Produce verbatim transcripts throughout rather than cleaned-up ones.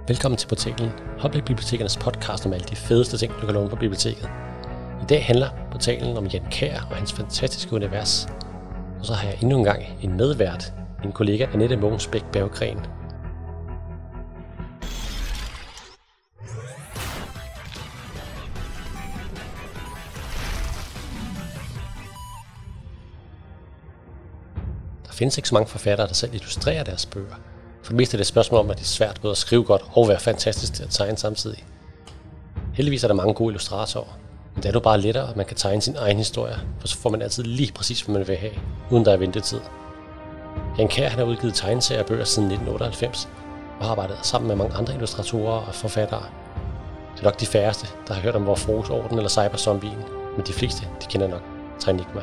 Velkommen til portalen Holbæk Bibliotekernes podcast om alle de fedeste ting, du kan låne på biblioteket. I dag handler portalen om Jan Kjær og hans fantastiske univers. Og så har jeg endnu en gang en medvært, min kollega Annette Mogensbæk Berggren. Der findes ikke så mange forfattere, der selv illustrerer deres bøger. For det meste er det et spørgsmål om, at det er svært både at skrive godt og være fantastisk til at tegne samtidig. Heldigvis er der mange gode illustratorer, men det er jo bare lettere, at man kan tegne sin egen historie, for så får man altid lige præcis, hvad man vil have, uden der er ventetid. Jan Kjær har udgivet tegneserier og bøger siden nitten otteoghalvfems, og har arbejdet sammen med mange andre illustratorer og forfattere. Det er nok de færreste, der har hørt om Vorfroes Orden eller Cyberzombien, men de fleste, de kender nok Trænigma.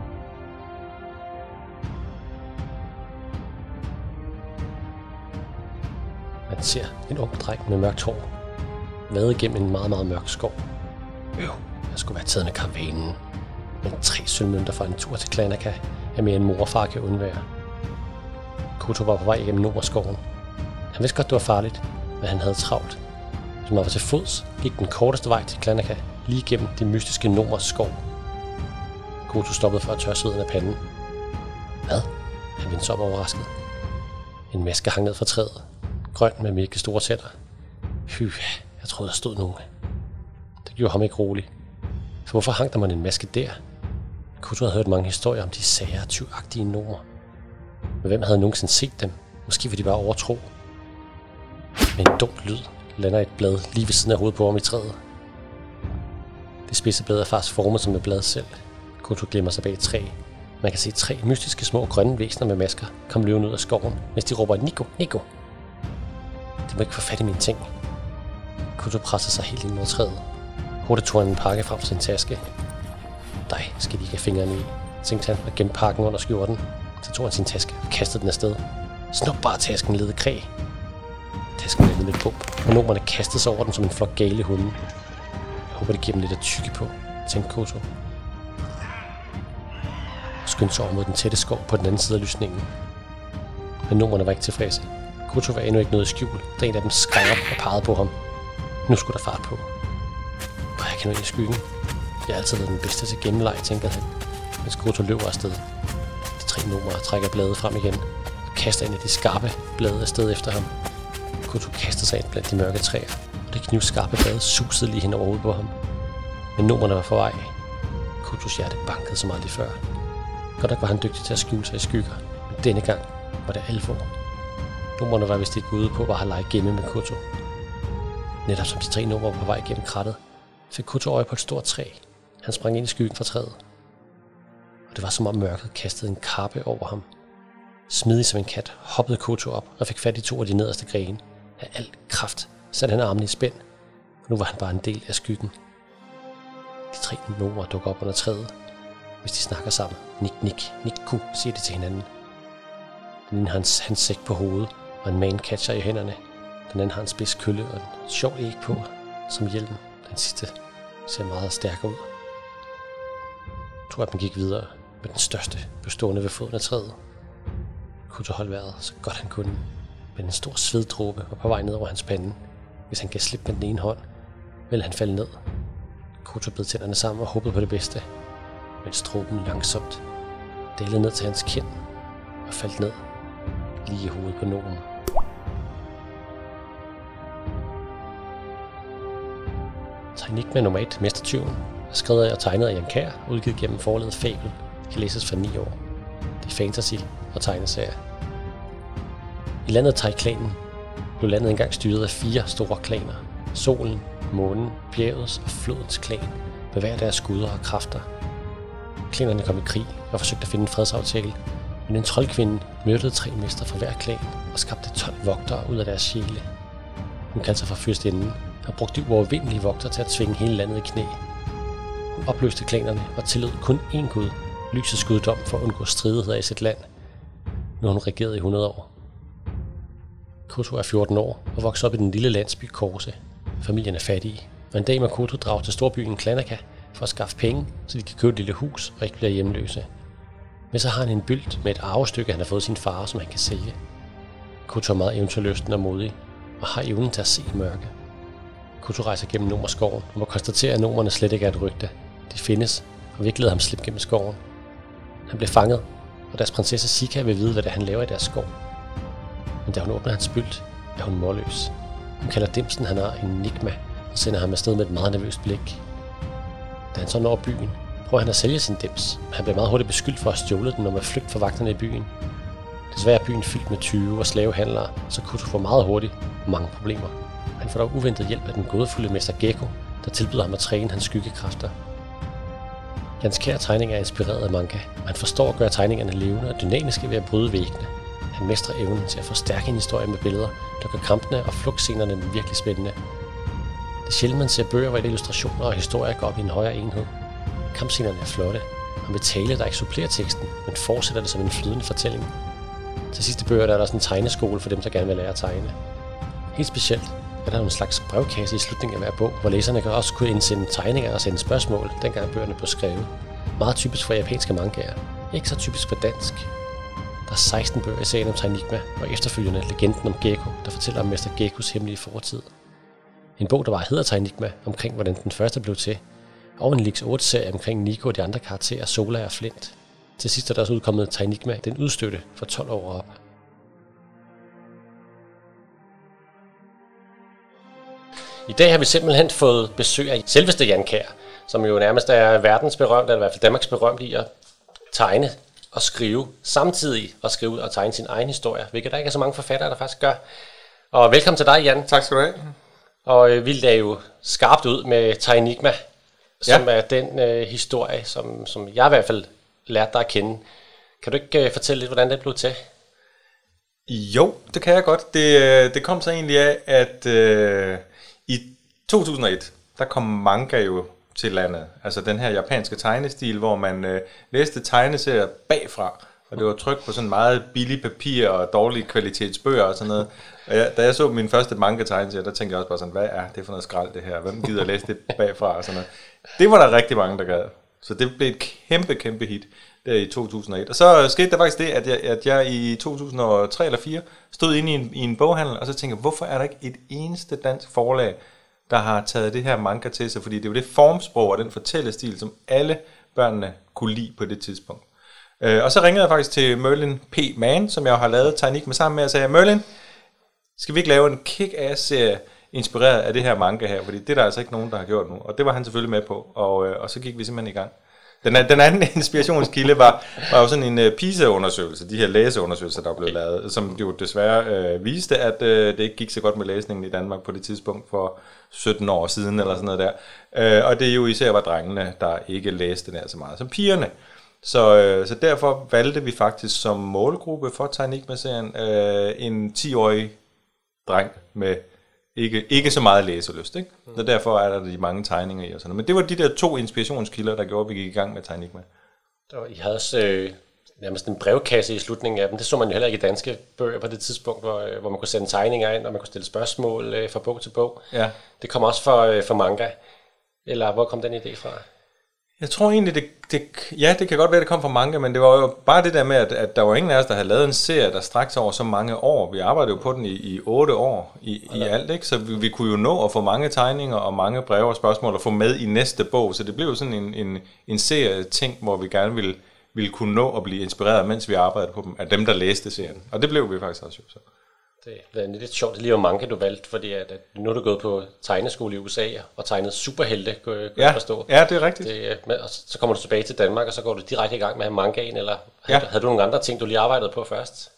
Man ser en ung dreng med mørkt hår vade gennem en meget, meget mørk skov. Øv, jeg skulle være taget med karavanen. Men tre sølvmønter fra en tur til Klanaka er mere end mor og far kan undvære. Koto var på vej igennem Nordskoven. Han vidste godt, det var farligt, men han havde travlt. Hvis man var til fods, gik den korteste vej til Klanaka lige gennem det mystiske Norders skov. Koto stoppede for at tørre sveden af panden. Hvad? Han vendte sig op overrasket. En maske hang ned fra træet. Grøn med mælke store tænder. Fy, jeg troede, der stod nogen. Det gjorde ham ikke rolig. For hvorfor hang der man en maske der? Koto havde hørt mange historier om de sære, tyvagtige gnomer. Men hvem havde nogensinde set dem? Måske ville de bare overtro. Med en dum lyd lander et blad lige ved siden af hovedet på ham i træet. Det spidse blad er faktisk formet som et blad selv. Koto glemmer sig bag et træ. Man kan se tre mystiske små grønne væsener med masker komme løbende ud af skoven, mens de råber Nico, Nico. De må ikke få fat i mine ting. Koto presser sig helt ind mod træet. Hurtigt tog han en pakke frem til sin taske. Nej, skal de ikke have fingrene i, tænkte han og gemte pakken under skjorten. Så tog han sin taske og kastede den afsted. Snup bare tasken, led kræ. Tasken landede med et bump, og gnomerne kastede sig over den som en flok gale hunde. Jeg håber, de giver dem lidt at tykke på, tænkte Koto. Og skyndte sig over mod den tætte skov på den anden side af lysningen. Men gnomerne var ikke tilfredse. Koto var endnu ikke noget i skjul, da en af dem skreg op og pegede på ham. Nu skulle der fart på. Og jeg kan nå ind i skyggen. Jeg har altid været den bedste til gennemleg, tænkte han, mens Koto løber afsted. De tre gnomer trækker bladet frem igen og kaster ind i de skarpe blade afsted efter ham. Koto kaster sig ind blandt de mørke træer, og det knivskarpe blade susede lige hen over hovedet på ham. Men gnomerne var på vej. Kotos hjerte bankede som aldrig før. Godt nok var han dygtig til at skjule sig i skygger, men denne gang var det alvor. Gnomerne var vist ikke ude på bare at lege gemme med Koto. Netop som de tre gnomer var på vej gennem krattet, fik Koto øje på et stort træ. Han sprang ind i skyggen fra træet. Og det var som om mørket kastede en kappe over ham. Smidig som en kat hoppede Koto op og fik fat i to af de nederste grene. Af al kraft satte han armen i spænd, og nu var han bare en del af skyggen. De tre gnomer dukker op under træet. Hvis de snakker sammen, nik nik, nikku, siger de til hinanden. Den ene har hans, hans sæk på hovedet og en mancatcher i hænderne. Den anden har en spids kølle og en sjov æg på som hjelm. Den sidste ser meget stærkere ud. To af dem gik videre, med den største bestående ved foden af træet. Koto holdt vejret så godt han kunne, men en stor sveddråbe var på vej ned over hans pande. Hvis han gav slip med den ene hånd, ville han falde ned. Koto bed tænderne sammen og håbede på det bedste, mens dråben langsomt dalede ned til hans kind og faldt ned lige i hovedet på gnomen. Trænigma nummer et, Mestertyven, er skrevet og tegnet af Jan Kjær og udgivet gennem forlaget Fabel, kan læses fra ni år. Det er fantasy og tegneserier. I landet Tai-klanen blev landet engang styret af fire store klaner. Solen, månen, bjergets og flodens klan, med hver deres guder og kræfter. Klanerne kom i krig og forsøgte at finde en fredsaftale, men en troldkvinde myrdede tre mestre fra hver klan og skabte tolv vogtere ud af deres sjæle. Hun kaldte sig for fyrstinden og brugte de uovervindelige vogtere til at tvinge hele landet i knæ. Hun opløste klanerne og tillod kun én gud, lysets guddom, for at undgå stridigheder i sit land. Nu har hun regeret i hundrede år. Koto er fjorten år og vokser op i den lille landsby Korse. Familien er fattige, og en dag må Koto drage til storbyen Klanaka for at skaffe penge, så de kan købe et lille hus og ikke bliver hjemløse. Men så har han en bylt med et arvestykke, han har fået sin far, som han kan sælge. Koto er meget eventyrlysten og modig, og har evnen til at se i mørke. Kuto rejser gennem Nomerskoven og må konstatere, at nomerne slet ikke er et rygte. De findes, og vi ikke lader ham slippe gennem skoven. Han bliver fanget, og deres prinsesse Sika vil vide, hvad det er, han laver i deres skov. Men da hun åbner hans bylt, er hun målløs. Hun kalder dimsen, han har en enigma, og sender ham afsted med et meget nervøst blik. Da han så når byen, prøver han at sælge sin dims, men han bliver meget hurtigt beskyldt for at stjåle den og med flygt fra vagterne i byen. Desværre er byen fyldt med tyve og slavehandlere, så Kuto får meget hurtigt mange problemer. Han får dog uventet hjælp af den gådefulde mester Gekko, der tilbyder ham at træne hans skyggekræfter. Jans kære tegninger er inspireret af manga, og han forstår at gøre tegningerne levende og dynamiske ved at bryde væggene. Han mestrer evnen til at forstærke en historie med billeder, der gør kampene og flugtscenerne virkelig spændende. Det er sjældent, man ser bøger, hvor illustrationer og historier går op i en højere enhed. Kampscenerne er flotte, og med tale, der ikke supplerer teksten, men fortsætter det som en flydende fortælling. Til sidste bøger der er der også en tegneskole for dem, der gerne vil lære at tegne. Helt specielt er der en slags brevkasse i slutningen af hver bog, hvor læserne kan også kunne indsende tegninger og sende spørgsmål, dengang bøgerne blev skrevet. Meget typisk for japanske mangaer, ikke så typisk for dansk. Der er seksten bøger i serien om Tainigma, og efterfølgende legenden om Gekko, der fortæller om mester Gekkos hemmelige fortid. En bog, der bare hedder Tainigma, omkring hvordan den første blev til, og en Lix otte-serie omkring Nico og de andre karakterer, Sola og Flint. Til sidst er der også udkommet Tainigma, den udstødte for tolv år op. I dag har vi simpelthen fået besøg af selveste Jan Kjær, som jo nærmest er verdensberømt, eller i hvert fald Danmarks berømt i at tegne og skrive, samtidig at skrive og tegne sin egen historie, hvilket der ikke er så mange forfattere, der faktisk gør. Og velkommen til dig, Jan. Tak skal du have. Og øh, vi lagde jo skarpt ud med Tainigma, som ja. er den øh, historie, som, som jeg i hvert fald lærte dig at kende. Kan du ikke øh, fortælle lidt, hvordan det blev til? Jo, det kan jeg godt. Det, det kom så egentlig af, at øh, i to tusind og et, der kom manga jo til landet. Altså den her japanske tegnestil, hvor man øh, læste tegneserier bagfra. Og det var trykt på sådan meget billig papir og dårlige kvalitetsbøger og sådan noget. Og jeg, da jeg så min første manga-tegneserie, der tænkte jeg også bare sådan, hvad er det for noget skrald det her? Hvem gider at læse det bagfra og sådan noget? Det var der rigtig mange, der gad. Så det blev et kæmpe, kæmpe hit der i to tusind og et. Og så skete der faktisk det, at jeg, at jeg i to tusind og tre eller fire stod inde i en, i en boghandel, og så tænkte jeg, hvorfor er der ikke et eneste dansk forlag, der har taget det her manga til sig? Fordi det er jo det formsprog og den fortællestil, som alle børnene kunne lide på det tidspunkt. Øh, og så ringede jeg faktisk til Merlin P. Mann, som jeg har lavet Tainigma sammen med, og sagde, Merlin, skal vi ikke lave en kick-ass-serie inspireret af det her manga her? Fordi det er der altså ikke nogen, der har gjort nu. Og det var han selvfølgelig med på, og, øh, og så gik vi simpelthen i gang. Den, den anden inspirationskilde var, var jo sådan en uh, PISA-undersøgelse, de her læseundersøgelser, der blev lavet, som jo desværre øh, viste, at øh, det ikke gik så godt med læsningen i Danmark på det tidspunkt for sytten år siden, eller sådan noget der. Øh, og det er jo især var drengene, der ikke læste nær så meget som pigerne. Så, øh, så derfor valgte vi faktisk som målgruppe for Tainigma-serien øh, en ti-årig dreng med ikke, ikke så meget læselyst, ikke? Så derfor er der de mange tegninger i og sådan noget. Men det var de der to inspirationskilder, der gjorde, at vi gik i gang med Tainigma. Og I havde også øh, nærmest en brevkasse i slutningen af dem. Det så man jo heller ikke i danske bøger på det tidspunkt, hvor, øh, hvor man kunne sende tegninger ind, og man kunne stille spørgsmål øh, fra bog til bog. Ja. Det kom også for, øh, for manga. Eller hvor kom den idé fra? Jeg tror egentlig, det, det, ja, det kan godt være, det kom fra manga, men det var jo bare det der med, at, at der var ingen af os, der havde lavet en serie, der strakte sig over så mange år. Vi arbejdede jo på den i, i otte år i, i alt, ikke? Så vi, vi kunne jo nå at få mange tegninger og mange breve og spørgsmål og få med i næste bog. Så det blev jo sådan en, en, en serie ting, hvor vi gerne ville, ville kunne nå at blive inspireret, mens vi arbejdede på dem, af dem, der læste serien. Og det blev vi faktisk også jo så. Det er lidt sjovt, det lige var manga, du valgte, fordi at, at nu er du gået på tegneskole i U S A og tegnet superhelte, kan jeg ja, forstå. Ja, det er rigtigt. Det, med, og så kommer du tilbage til Danmark, og så går du direkte i gang med mangaen, eller ja. havde, havde du nogle andre ting, du lige arbejdede på først?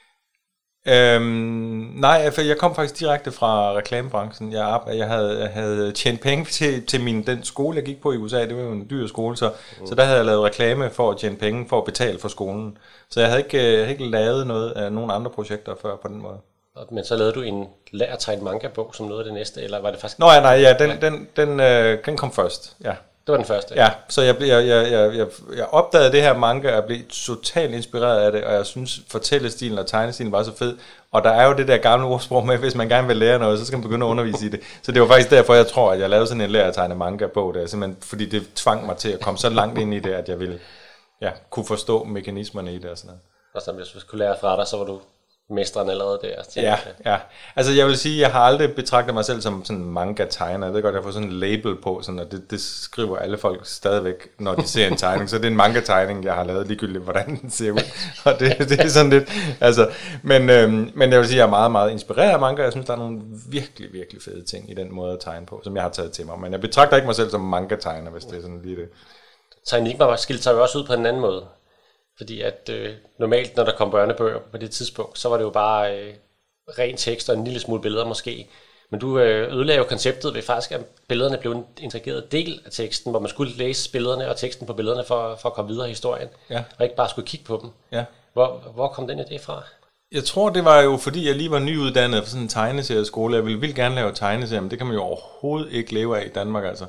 Øhm, nej, for jeg kom faktisk direkte fra reklamebranchen. Jeg, jeg, havde, jeg havde tjent penge til, til min, den skole, jeg gik på i U S A. Det var jo en dyr skole, så, mm. så der havde jeg lavet reklame for at tjene penge, for at betale for skolen. Så jeg havde ikke, jeg havde ikke lavet noget af nogle andre projekter før på den måde. Men så lavede du en lær at tegne manga-bog som noget af det næste, eller var det faktisk... Nå ja, nej, ja, den, den, den, øh, den kom først, ja. Det var den første? Ja, så jeg, jeg, jeg, jeg, jeg opdagede det her manga, og blev totalt inspireret af det, og jeg synes, fortællestilen og tegnestilen var så fed. Og der er jo det der gamle ordsprog med, hvis man gerne vil lære noget, så skal man begynde at undervise i det. Så det var faktisk derfor, jeg tror, at jeg lavede sådan en lær at tegne manga-bog der, simpelthen fordi det tvang mig til at komme så langt ind i det, at jeg ville ja, kunne forstå mekanismerne i det og sådan noget. Og så hvis du skulle lære fra dig, så var du mesteren allerede der. Til, ja, ja. Altså jeg vil sige, jeg har aldrig betragtet mig selv som sådan en manga-tegner. Jeg ved godt, jeg får sådan en label på, sådan, og det, det skriver alle folk stadigvæk, når de ser en tegning. Så det er en manga-tegning, jeg har lavet, ligegyldigt hvordan den ser ud. Og det, det er sådan lidt, altså, men, øhm, men jeg vil sige, jeg er meget, meget inspireret af manga. Jeg synes, der er nogle virkelig, virkelig fede ting i den måde at tegne på, som jeg har taget til mig. Men jeg betragter ikke mig selv som manga-tegner, hvis det er sådan lige det. Tainigma skilte sig jo også ud på en anden måde. Fordi at øh, normalt, når der kom børnebøger på det tidspunkt, så var det jo bare øh, ren tekst og en lille smule billeder måske. Men du øh, ødelagde jo konceptet ved faktisk, at billederne blev en integreret del af teksten, hvor man skulle læse billederne og teksten på billederne for, for at komme videre i historien, ja. Og ikke bare skulle kigge på dem. Ja. Hvor, hvor kom den idé fra? Jeg tror, det var jo, fordi jeg lige var nyuddannet for sådan en tegneserieskole. Jeg ville, ville gerne lave tegneserier, men det kan man jo overhovedet ikke leve af i Danmark, altså.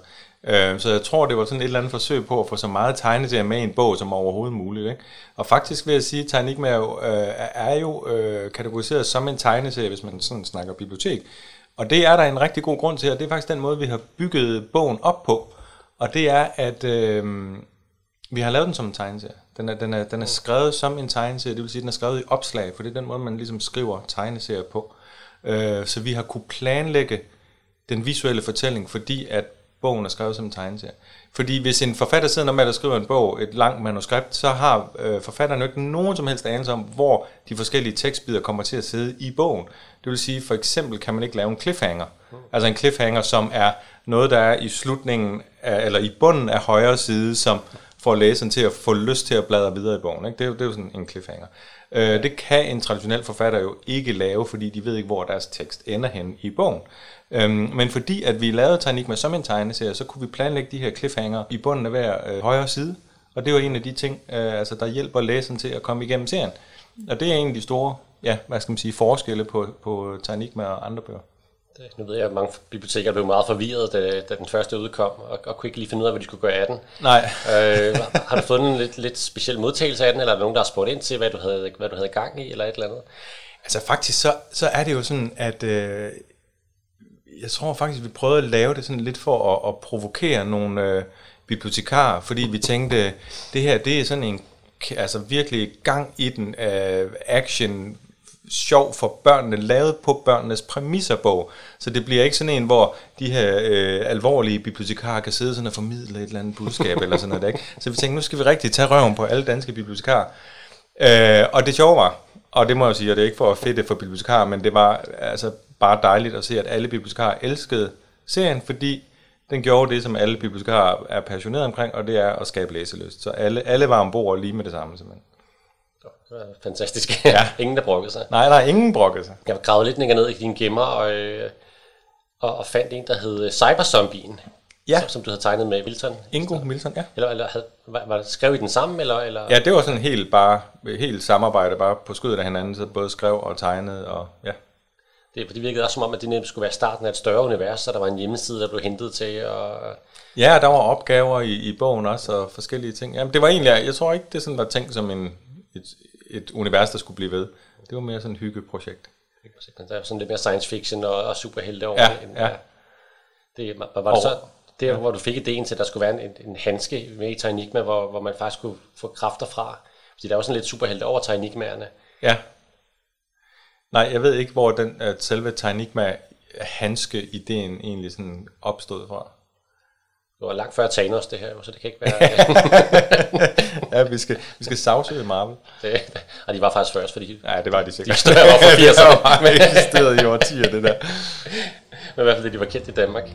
Så jeg tror, det var sådan et eller andet forsøg på at få så meget tegneserier med i en bog som overhovedet muligt. Ikke? Og faktisk vil jeg sige, at Tainigma er jo, øh, er jo øh, kategoriseret som en tegneserie, hvis man sådan snakker bibliotek. Og det er der en rigtig god grund til, og det er faktisk den måde, vi har bygget bogen op på. Og det er, at øh, vi har lavet den som en tegneserie. Den er, den, er, den er skrevet som en tegneserie, det vil sige, at den er skrevet i opslag, for det er den måde, man ligesom skriver tegneserier på. Øh, så vi har kunne planlægge den visuelle fortælling, fordi at bogen er skrevet som en tegneserie. Fordi hvis en forfatter sidder med at skriver en bog, et langt manuskript, så har øh, forfatteren jo ikke nogen som helst anelse om, hvor de forskellige tekstbider kommer til at sidde i bogen. Det vil sige, for eksempel kan man ikke lave en cliffhanger. Altså en cliffhanger, som er noget, der er i slutningen, af, eller i bunden af højre side, som får læseren til at få lyst til at bladre videre i bogen. Ikke? Det, er jo, det er jo sådan en cliffhanger. Øh, det kan en traditionel forfatter jo ikke lave, fordi de ved ikke, hvor deres tekst ender hen i bogen. Øhm, men fordi at vi lavede Tainigma som en tegneserie, så kunne vi planlægge de her cliffhanger i bunden af hver øh, højre side. Og det var en af de ting, øh, altså, der hjælper læseren til at komme igennem serien. Og det er en af de store, ja, hvad skal man sige, forskelle på, på Tainigma og andre bøger. Det, nu ved jeg, at mange biblioteker blev meget forvirret, da, da den første udkom, og, og kunne ikke lige finde ud af, hvad de skulle gøre af den. Nej. øh, har du fået en lidt, lidt speciel modtagelse af den, eller er der nogen, der har spurgt ind til, hvad du havde, hvad du havde gang i, eller et eller andet? Altså faktisk, så, så er det jo sådan, at øh, jeg tror faktisk, vi prøvede at lave det sådan lidt for at, at provokere nogle øh, bibliotekarer, fordi vi tænkte, det her, det er sådan en, altså virkelig gang i den øh, action, sjov for børnene, lavet på børnenes præmisserbog. Så det bliver ikke sådan en, hvor de her øh, alvorlige bibliotekarer kan sidde sådan og formidle et eller andet budskab eller sådan noget. Ikke? Så vi tænkte, nu skal vi rigtig tage røven på alle danske bibliotekarer. Øh, og det sjove var, og det må jeg sige, og det er ikke for at fedte for bibliotekarer, men det var altså bare dejligt at se, at alle bibliotekarer elskede serien, fordi den gjorde det, som alle bibliotekarer er passionerede omkring, og det er at skabe læselyst. Så alle, alle var ombord lige med det samme, simpelthen. Det var fantastisk. Ja. Ingen, der brokkede sig. Nej, der er ingen brokkede sig. Jeg gravede lidt ned i dine gemmer, og, og, og fandt en, der hed Cyberzombien. Ja. Som, som du havde tegnet med Milton. Ingo Milton, ja. Eller, eller havde, var, var det skrev I den sammen? Eller, eller? Ja, det var sådan helt bare, helt samarbejde, bare på skødet af hinanden, så både skrev og tegnede, og ja. Det, det virkede også som om, at det netop skulle være starten af et større univers, så der var en hjemmeside, der blev hentet til. Og ja, der var opgaver i, i bogen også, og forskellige ting. Jamen, det var egentlig, jeg tror ikke, det sådan var tænkt som en, et, et univers, der skulle blive ved. Det var mere sådan et hyggeprojekt. Der er sådan lidt mere science fiction og, og superhelte over. Ja, en, ja. Det, var, var det så der, ja. Hvor du fik idéen til, at der skulle være en, en handske med i Tainigma, hvor, hvor man faktisk kunne få kræfter fra? Fordi der er jo sådan lidt superhelte over Tainigmaerne. Ja. Nej, jeg ved ikke, hvor den at selve Tainigma-handske-ideen egentlig sådan opstod fra. Det var langt før Thanos, det her, så det kan ikke være... Ja, vi skal, vi skal sagsøge Marvel. Det, og de var faktisk først, fordi... Ja, det var de sikkert. De større var for firserne. Det var bare eksisteret i årtier, det der. Men i hvert fald, det de var kendt i Danmark.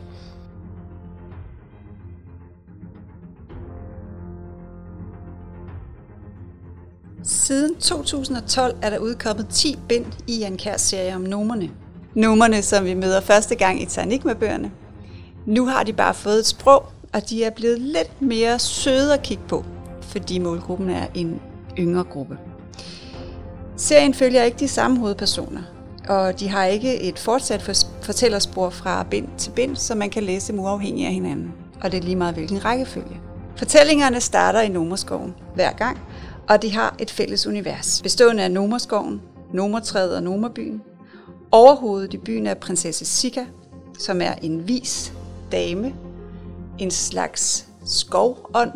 Siden to tusind og tolv er der udkommet ti bind i Jan Kjærs serie om gnomerne. Gnomerne, som vi møder første gang i Tainigma-bøgerne. Nu har de bare fået et sprog, og de er blevet lidt mere søde at kigge på, fordi målgruppen er en yngre gruppe. Serien følger ikke de samme hovedpersoner, og de har ikke et fortsat fortællerspor fra bind til bind, så man kan læse dem uafhængigt af hinanden, og det er lige meget hvilken rækkefølge. Fortællingerne starter i Gnomerskoven hver gang, og de har et fælles univers, bestående af Gnomerskoven, Gnomertræet og Gnomerbyen. Overhovedet i byen er prinsesse Sika, som er en vis dame, en slags skovånd,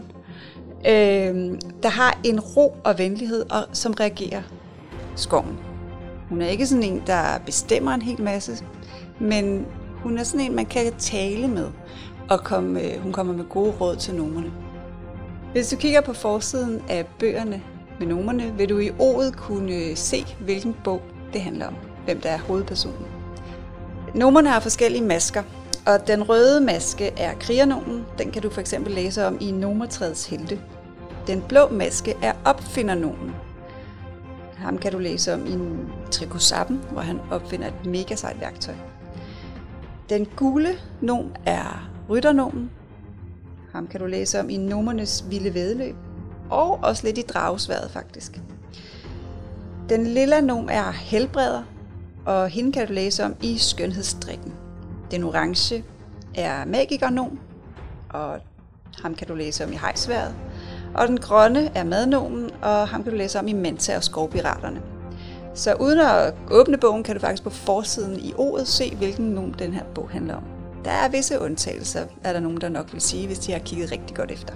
øh, der har en ro og venlighed, og som reagerer skoven. Hun er ikke sådan en, der bestemmer en hel masse, men hun er sådan en, man kan tale med, og komme, hun kommer med gode råd til nomerne. Hvis du kigger på forsiden af bøgerne med nomerne, vil du i ordet kunne se, hvilken bog det handler om, hvem der er hovedpersonen. Nomerne har forskellige masker, og den røde maske er krigernomen. Den kan du for eksempel læse om i Nomertræets helte. Den blå maske er opfindernomen. Ham kan du læse om i Trikosappen, hvor han opfinder et mega sejt værktøj. Den gule nom er rytternomen. Ham kan du læse om i Nomernes vilde væddeløb, og også lidt i Dragesværdet faktisk. Den lilla nom er helbreder, og hende kan du læse om i Skønhedsstrikken. Den orange er magikernom, og ham kan du læse om i Hejsværdet. Og den grønne er madnomen, og ham kan du læse om i Manta og Skovpiraterne. Så uden at åbne bogen, kan du faktisk på forsiden i ordet se, hvilken nom den her bog handler om. Der er visse undtagelser, er der nogen, der nok vil sige, hvis de har kigget rigtig godt efter.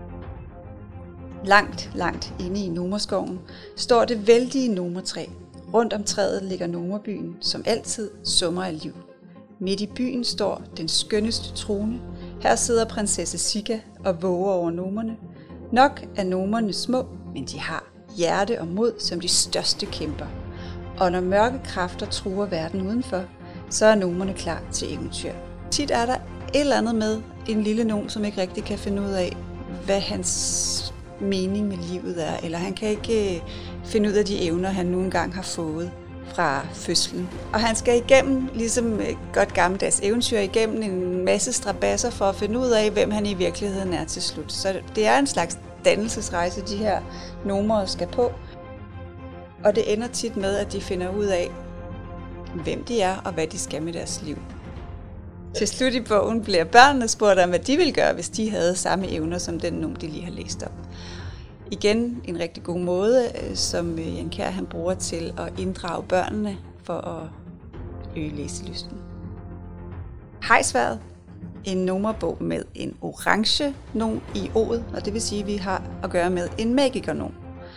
Langt, langt inde i Nomerskoven står det vældige nomertræ. Rundt om træet ligger Nomerbyen, som altid summer af liv. Midt i byen står den skønneste trone. Her sidder prinsesse Sigga og våger over nomerne. Nok er nomerne små, men de har hjerte og mod som de største kæmper. Og når mørke kræfter truer verden udenfor, så er nomerne klar til eventyr. Tit er der et eller andet med en lille nom, som ikke rigtig kan finde ud af, hvad hans mening med livet er. Eller han kan ikke finde ud af de evner, han nu engang har fået fra fødslen. Og han skal igennem, ligesom et godt gammeldags eventyr, igennem en masse strabasser for at finde ud af, hvem han i virkeligheden er til slut. Så det er en slags dannelsesrejse, de her nomere skal på. Og det ender tit med, at de finder ud af, hvem de er og hvad de skal med deres liv. Til slut i bogen bliver børnene spurgt om, hvad de ville gøre, hvis de havde samme evner som den nom, de lige har læst op. Igen en rigtig god måde, som Jan Kjær han bruger til at inddrage børnene for at øge læselysten. Hejsværdet, en nomerbog med en orange nom i ordet, og det vil sige, at vi har at gøre med en magikernom.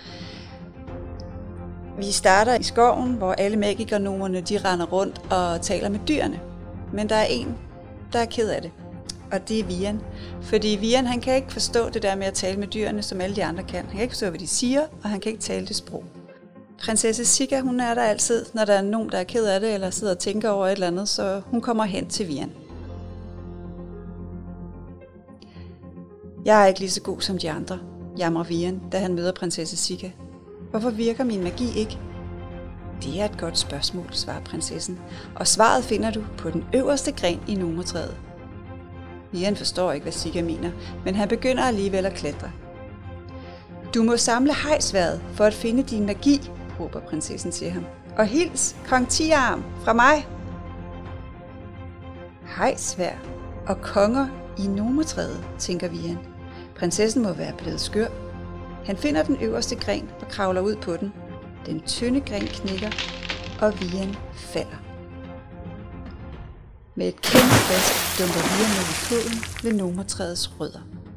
Vi starter i skoven, hvor alle magikernomerne de render rundt og taler med dyrene. Men der er en, der er ked af det, og det er Vian. Fordi Vian, han kan ikke forstå det der med at tale med dyrene, som alle de andre kan. Han kan ikke forstå, hvad de siger, og han kan ikke tale det sprog. Prinsesse Sigga, hun er der altid, når der er nogen, der er ked af det, eller sidder og tænker over et eller andet, så hun kommer hen til Vian. Jeg er ikke lige så god som de andre, jamrer Vian, da han møder prinsesse Sigga. Hvorfor virker min magi ikke? Det er et godt spørgsmål, svarer prinsessen, og svaret finder du på den øverste gren i nomertræet. Vian forstår ikke, hvad Sigga mener, men han begynder alligevel at klatre. Du må samle Hejsværdet for at finde din magi, råber prinsessen til ham. Og hils kong Tiarm fra mig. Hejsværd og konger i nomertræet, tænker Vian. Prinsessen må være blevet skør. Han finder den øverste gren og kravler ud på den. Den tynde gren knækker, og Vian falder. Med et kæmpe plask dumper Vian ned i floden ved nomertræets rødder.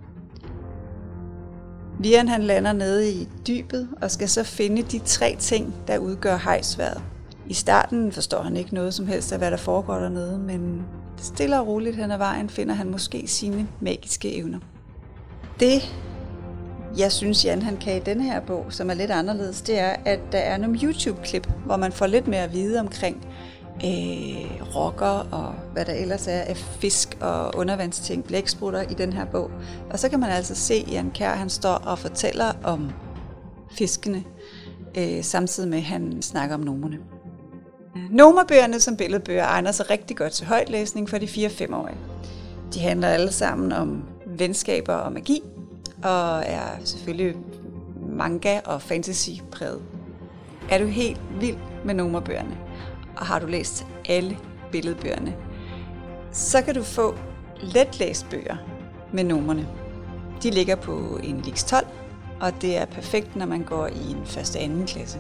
Vian han lander nede i dybet og skal så finde de tre ting, der udgør hejsværdet. I starten forstår han ikke noget som helst af, hvad der foregår dernede, men stille og roligt hen ad vejen finder han måske sine magiske evner. Det, jeg synes, Jan han kan i denne her bog, som er lidt anderledes, det er, at der er nogle YouTube-klip, hvor man får lidt mere at vide omkring øh, rokker og hvad der ellers er af fisk og undervandsting, blæksprutter i den her bog. Og så kan man altså se, Jan Kjær han står og fortæller om fiskene, øh, samtidig med, at han snakker om nomerne. Nomerbøgerne som billedbøger egner sig rigtig godt til højtlæsning for de fire-fem-årige. De handler alle sammen om venskaber og magi, og er selvfølgelig manga- og fantasy-præget. Er du helt vild med nomerbøgerne, og har du læst alle billedbøgerne, så kan du få letlæst bøger med nomerne. De ligger på en Lix tolv, og det er perfekt, når man går i en første og anden klasse.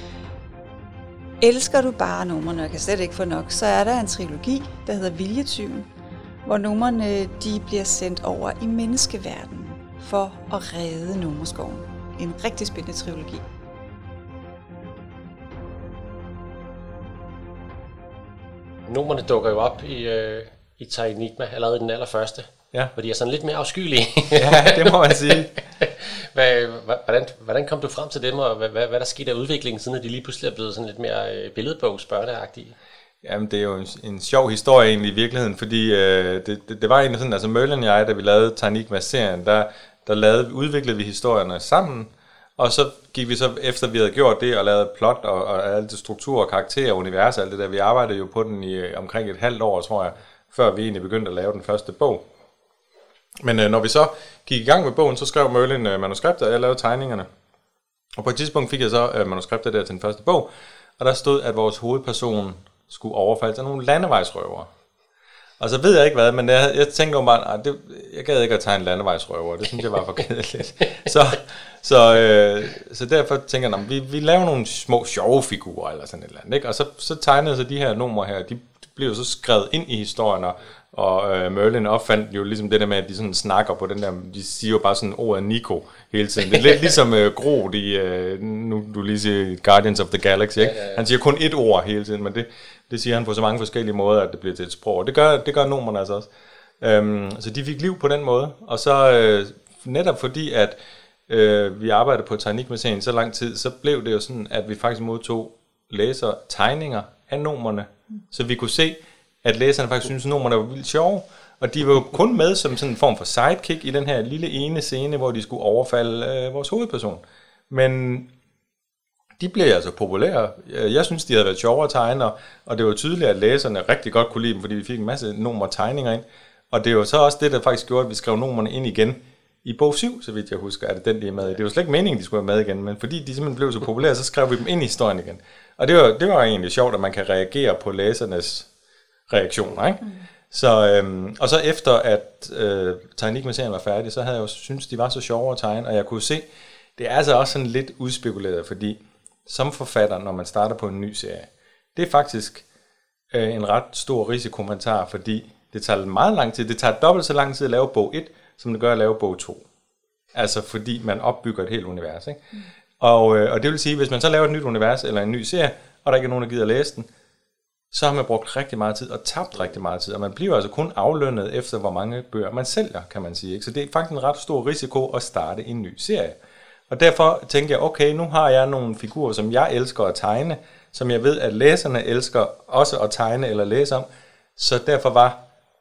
Elsker du bare nomerne og kan slet ikke få nok, så er der en trilogi, der hedder Viljetyven, hvor nomerne de bliver sendt over i menneskeverdenen for at redde Nomerskoven. En rigtig spændende trilogi. Numrene dukker jo op i, øh, i Tainigma allerede i den allerførste. Ja. Hvor de er sådan lidt mere afskyelige. Ja, det må man sige. hvad, hvordan, hvordan kom du frem til dem, og hvad, hvad, hvad der skete af udviklingen, siden at de lige pludselig er blevet sådan lidt mere øh, billedbogsbørneagtige? Jamen, det er jo en, en sjov historie egentlig i virkeligheden, fordi øh, det, det, det var egentlig sådan, altså Merlin og jeg, da vi lavede Tainigma-serien, der, der lavede, udviklede vi historierne sammen, og så gik vi så, efter vi havde gjort det, og lavet plot, og, og alt det struktur, og karakterer, univers, alt det der, vi arbejdede jo på den i omkring et halvt år, tror jeg, før vi egentlig begyndte at lave den første bog. Men øh, når vi så gik i gang med bogen, så skrev Merlin øh, manuskriptet, og jeg lavede tegningerne. Og på et tidspunkt fik jeg så øh, manuskriptet der til den første bog, og der stod, at vores hovedperson skulle overfalde til nogle landevejsrøvere. Og så ved jeg ikke hvad, men jeg, jeg tænkte jo bare, det, jeg gad ikke at tegne landevejsrøvere, det synes jeg var for kedeligt. Så, så, øh, så derfor tænker jeg, vi, vi laver nogle små sjove figurer eller sådan et eller andet, ikke? Og så, så tegnede så de her numre her, de blev så skrevet ind i historien, og, og øh, Merlin opfandt jo ligesom det der med, at de sådan snakker på den der, de siger jo bare sådan ordet Nico hele tiden. Det er lidt ligesom øh, Groot i, øh, nu du lige siger Guardians of the Galaxy, ikke? Han siger kun ét ord hele tiden, men det, det siger han på så mange forskellige måder, at det bliver til et sprog. Og det gør, det gør numrene altså også. Øhm, så de fik liv på den måde, og så øh, netop fordi, at øh, vi arbejdede på Tainigma-serien så lang tid, så blev det jo sådan, at vi faktisk modtog læser tegninger af numrene, så vi kunne se, at læserne faktisk synes, at numrene var vildt sjove, og de var jo kun med som sådan en form for sidekick i den her lille ene scene, hvor de skulle overfalde øh, vores hovedperson. Men de blev altså populære. Jeg synes, de havde været sjovere at tegne, og det var tydeligt, at læserne rigtig godt kunne lide dem, fordi vi fik en masse numre tegninger ind. Og det er jo så også det, der faktisk gjorde, at vi skrev numrene ind igen i bog syv, så vidt jeg husker, er det den, de er med i. Det var slet ikke meningen, de skulle være med igen, men fordi de simpelthen blev så populære, så skrev vi dem ind i historien igen. Og det var, det var egentlig sjovt, at man kan reagere på læsernes reaktioner, ikke? Mm. Så, øhm, og så efter, at øh, Tainigma-serien var færdig, så havde jeg jo syntes, de var så sjove at tegne, og jeg kunne se, det er altså også sådan lidt udspekuleret, fordi som forfatter, når man starter på en ny serie, det er faktisk øh, en ret stor risiko, man tager, fordi det tager meget lang tid. Det tager dobbelt så lang tid at lave bog et, som det gør at lave bog to. Altså fordi man opbygger et helt univers, ikke? Mm. Og, øh, og det vil sige, hvis man så laver et nyt univers eller en ny serie, og der ikke er nogen, der gider at læse den, så har man brugt rigtig meget tid og tabt rigtig meget tid, og man bliver altså kun aflønnet efter, hvor mange bøger man sælger, kan man sige, ikke? Så det er faktisk en ret stor risiko at starte en ny serie. Og derfor tænker jeg, okay, nu har jeg nogle figurer, som jeg elsker at tegne, som jeg ved, at læserne elsker også at tegne eller læse om, så derfor var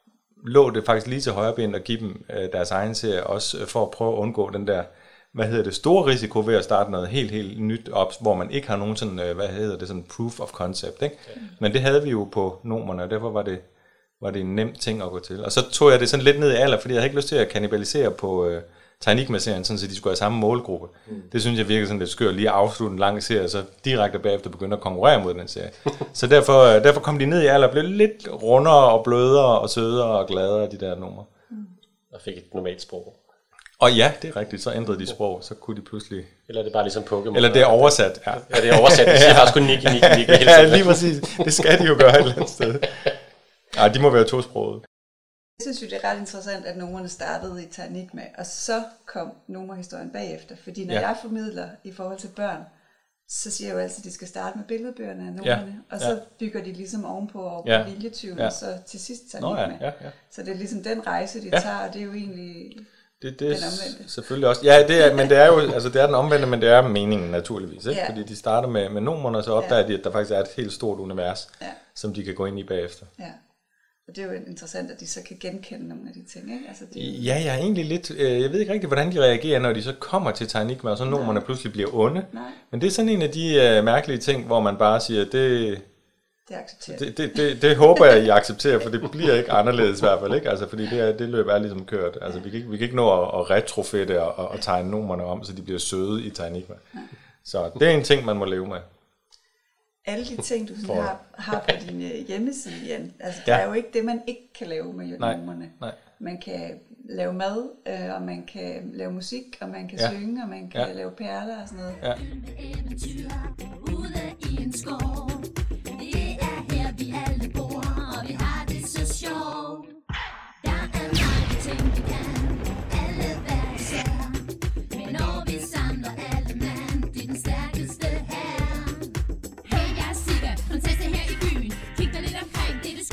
lå det faktisk lige til højre ben at give dem øh, deres egen serie, også for at prøve at undgå den der, hvad hedder det, store risiko ved at starte noget helt, helt nyt op, hvor man ikke har nogen sådan, øh, hvad hedder det, sådan proof of concept, ikke? Okay. Men det havde vi jo på numrene, og derfor var det, var det en nem ting at gå til. Og så tog jeg det sådan lidt ned i alder, fordi jeg havde ikke lyst til at kannibalisere på øh, Tainigma-serien, sådan så de skulle have samme målgruppe. Mm. Det synes jeg virker sådan lidt skørt, lige at afslutte en lang serie, så direkte bagefter begynde at konkurrere mod den serie. Så derfor, derfor kom de ned i alder og blev lidt rundere og blødere og sødere og gladere, de der numre. Mm. Og fik et normalt sprog. Og ja, det er rigtigt, så ændrede de sprog, så kunne de pludselig... Eller det er bare ligesom Pokémon. Eller det er oversat, ja. Ja, det er oversat, det siger faktisk kun Niki, Niki, Niki. Ja, lige præcis. Det skal de jo gøre et eller andet sted. Ja, de må være tosprogede. Jeg synes jo, det er ret interessant, at numrene startede i Tainigma, og så kom nummerhistorien bagefter. Fordi når ja. jeg formidler i forhold til børn, så siger jeg jo altid, at de skal starte med billedbøgerne af numrene, ja. og så ja. bygger de ligesom ovenpå og på ja. viljetyven, ja. og så til sidst Tainigma. Nå, ja. Ja, ja. Så det er ligesom den rejse, de ja. tager, og det er jo egentlig... Det, det er selvfølgelig også. Ja, det er, men det er jo, altså det er den omvendte, men det er meningen naturligvis, ikke? Ja. Fordi de starter med, med numrene, og så opdager ja. de, at der faktisk er et helt stort univers, ja. som de kan gå ind i bagefter. Ja. Og det er jo interessant, at de så kan genkende nogle af de ting, ikke? Altså, det jo... Ja, jeg er egentlig lidt, øh, jeg ved ikke rigtig, hvordan de reagerer, når de så kommer til Tainigma, og så numrene pludselig bliver onde. Nej. Men det er sådan en af de øh, mærkelige ting, hvor man bare siger, det... Det accepterer det, det, det, det håber jeg, I accepterer, for det bliver ikke anderledes i hvert fald, ikke? Altså, fordi det, er, det løb er ligesom kørt. Altså, vi kan ikke, vi kan ikke nå at, at retrofette og, og, og tegne numrene om, så de bliver søde i Tainigma. Ja. Så det er en ting, man må leve med. Alle de ting, du sådan har, har på din hjemmeside, Jan, altså, ja. der er jo ikke det, man ikke kan lave med numrene. Nej. Man kan lave mad, øh, og man kan lave musik, og man kan ja. synge, og man kan ja. lave perler og sådan noget. Ja. Vi alle bor, og vi har det så sjovt. Der er mange ting, vi kan, alle hver især. Men når vi samler alle mand, det er den stærkeste her. Hey, jeg er Sigga, prinsesse her i byen. Kig dig lidt omkring, det er det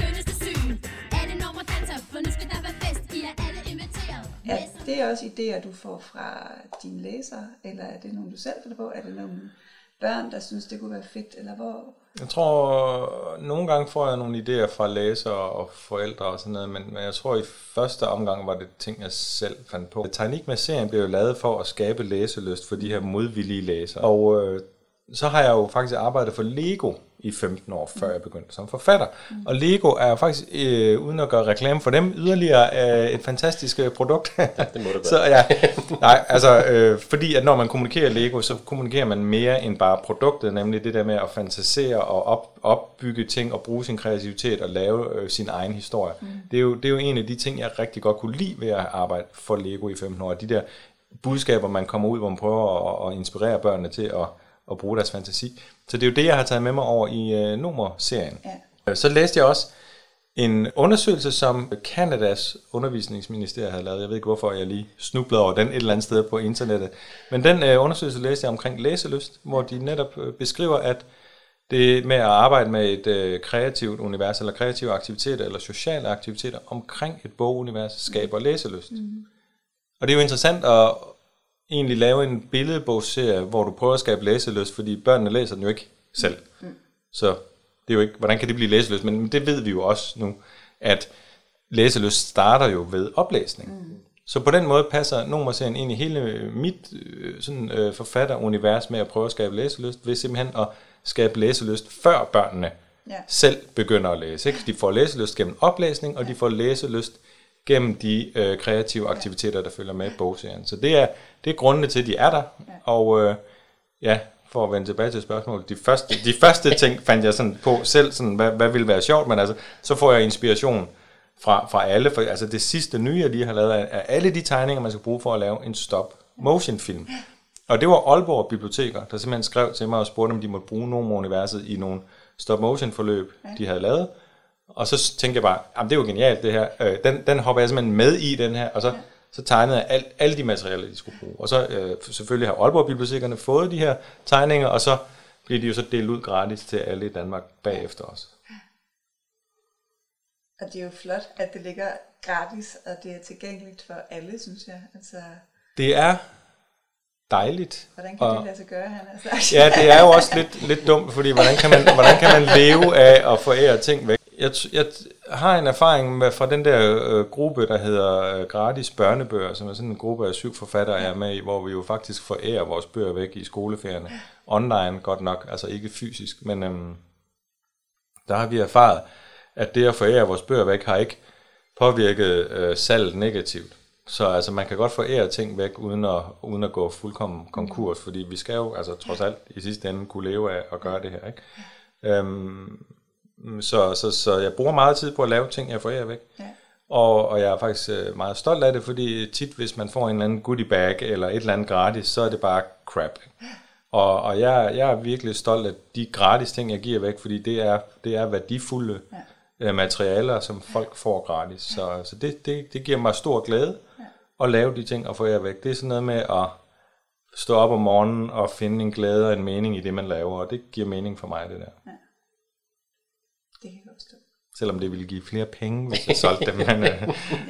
det også idéer, du får fra dine læsere, eller er det nogen, du selv finder på? Er det nogle børn, der synes, det kunne være fedt, eller hvor? Jeg tror, nogle gange får jeg nogle idéer fra læsere og forældre og sådan noget, men, men jeg tror, i første omgang var det ting, jeg selv fandt på. Tegnik med serien blev jo lavet for at skabe læselyst for de her modvillige læsere. Og øh, så har jeg jo faktisk arbejdet for Lego i femten år, før jeg begyndte som forfatter. Mm. Og Lego er faktisk, øh, uden at gøre reklame for dem, yderligere øh, et fantastisk produkt. Ja, det må det være. Så, ja, nej, altså, øh, fordi at når man kommunikerer Lego, så kommunikerer man mere end bare produktet, nemlig det der med at fantasere og op, opbygge ting og bruge sin kreativitet og lave øh, sin egen historie. Mm. Det, er jo, det er jo en af de ting, jeg rigtig godt kunne lide ved at arbejde for Lego i femten år. De der budskaber, man kommer ud, hvor man prøver at, at inspirere børnene til at og bruge deres fantasi. Så det er jo det, jeg har taget med mig over i øh, Nomer-serien. Ja. Så læste jeg også en undersøgelse, som Kanadas undervisningsministerium havde lavet. Jeg ved ikke, hvorfor jeg lige snublede over den et eller andet sted på internettet. Men den øh, undersøgelse læste jeg omkring læselyst, hvor de netop øh, beskriver, at det med at arbejde med et øh, kreativt univers, eller kreative aktiviteter, eller sociale aktiviteter omkring et bogunivers, skaber læselyst. Mm. Og det er jo interessant at egentlig lave en billedbogsserie, hvor du prøver at skabe læselyst, fordi børnene læser den jo ikke selv. Mm. Så det er jo ikke, hvordan kan det blive læselyst? Men det ved vi jo også nu, at læselyst starter jo ved oplæsning. Mm. Så på den måde passer Nomer-serien ind i hele mit sådan, øh, forfatterunivers med at prøve at skabe læselyst, ved simpelthen at skabe læselyst, før børnene ja. selv begynder at læse. Ikke? De får læselyst gennem oplæsning, og ja. de får læselyst gennem de øh, kreative aktiviteter, der følger med i bogserien. Så det er, det er grundene til, at de er der. Ja. Og øh, ja, for at vende tilbage til spørgsmålet, de første, de første ting fandt jeg sådan på selv, sådan, hvad, hvad ville være sjovt, men altså, så får jeg inspiration fra, fra alle. For, altså det sidste nye, jeg lige har lavet, er alle de tegninger, man skal bruge for at lave en stop-motion-film. Og det var Aalborg Biblioteker, der simpelthen skrev til mig og spurgte, om de måtte bruge Nomer-universet i nogle stop-motion-forløb, de havde lavet. Og så tænkte jeg bare, jamen det er jo genialt det her, øh, den, den hopper jeg simpelthen med i den her, og så, ja. så tegnede jeg alt, alle de materialer, de skulle bruge. Og så øh, selvfølgelig har Aalborg Bibliotekerne fået de her tegninger, og så bliver de jo så delt ud gratis til alle i Danmark bagefter også. Og det er jo flot, at det ligger gratis, og det er tilgængeligt for alle, synes jeg. Altså, det er dejligt. Hvordan kan og, det lade sig gøre, han har sagt? Ja, det er jo også lidt, lidt dumt, fordi hvordan kan, man, hvordan kan man leve af at forære ting væk? Jeg, jeg har en erfaring med, fra den der øh, gruppe, der hedder øh, Gratis Børnebøger, som er sådan en gruppe af syv forfattere, jeg er med i, hvor vi jo faktisk forærer vores bøger væk i skoleferierne. Online godt nok, altså ikke fysisk, men øhm, der har vi erfaret, at det at forære vores bøger væk har ikke påvirket øh, salget negativt. Så altså, man kan godt forære ting væk, uden at, uden at gå fuldkommen konkurs, fordi vi skal jo altså, trods alt i sidste ende kunne leve af at gøre det her, ikke? Øhm, så, så, så jeg bruger meget tid på at lave ting, jeg forærer væk. Ja. Og, og jeg er faktisk meget stolt af det, fordi tit, hvis man får en eller anden goodie bag, eller et eller andet gratis, så er det bare crap. Og, og jeg, jeg er virkelig stolt af de gratis ting, jeg giver væk, fordi det er, det er værdifulde ja. materialer, som folk får gratis. Så, så det, det, det giver mig stor glæde at lave de ting og forære væk. Det er sådan noget med at stå op om morgenen og finde en glæde og en mening i det, man laver, og det giver mening for mig, det der. Ja. Det kan jeg godt stå. Selvom det ville give flere penge, hvis jeg solgte dem. Men, ja.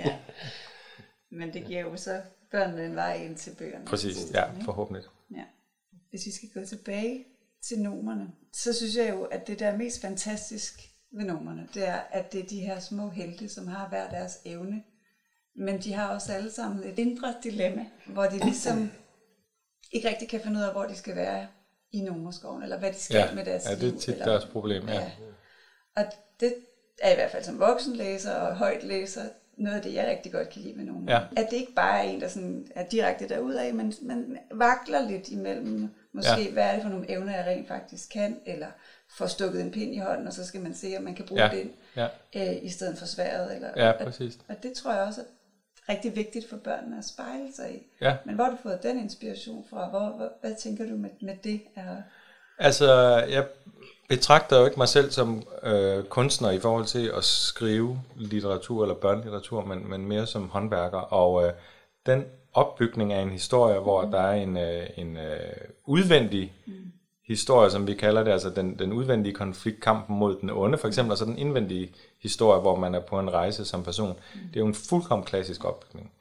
Men det giver jo så børnene en vej ind til bøgerne. Præcis, ja, forhåbentlig. Ja. Hvis vi skal gå tilbage til nomerne, så synes jeg jo, at det der er mest fantastisk ved nomerne, det er, at det er de her små helte, som har hver deres evne. Men de har også alle sammen et indre dilemma, hvor de ligesom ikke rigtig kan finde ud af, hvor de skal være i Nomerskoven, eller hvad de skal ja. med deres liv. Ja, det er tit eller, deres problem, ja. ja. Og det er i hvert fald som voksenlæser og højtlæser noget af det, jeg rigtig godt kan lide med nogen. Ja. At det ikke bare er en, der sådan er direkte derudad, men man vakler lidt imellem, måske ja. hvad er det for nogle evner, jeg rent faktisk kan, eller får stukket en pind i hånden, og så skal man se, om man kan bruge ja. den, ja. Øh, i stedet for sværet. Eller, ja, præcis. Og, og det tror jeg også er rigtig vigtigt for børnene at spejle sig i. Ja. Men hvor har du fået den inspiration fra? Hvor, hvor, hvad tænker du med, med det? Er... Altså, jeg betragter jo ikke mig selv som øh, kunstner i forhold til at skrive litteratur eller børnelitteratur, men, men mere som håndværker. Og øh, den opbygning af en historie, hvor mm. der er en, øh, en øh, udvendig mm. historie, som vi kalder det, altså den, den udvendige konflikt, kampen mod den onde, for eksempel, og så den indvendige historie, hvor man er på en rejse som person. Mm. Det er jo en fuldkommen klassisk opbygning.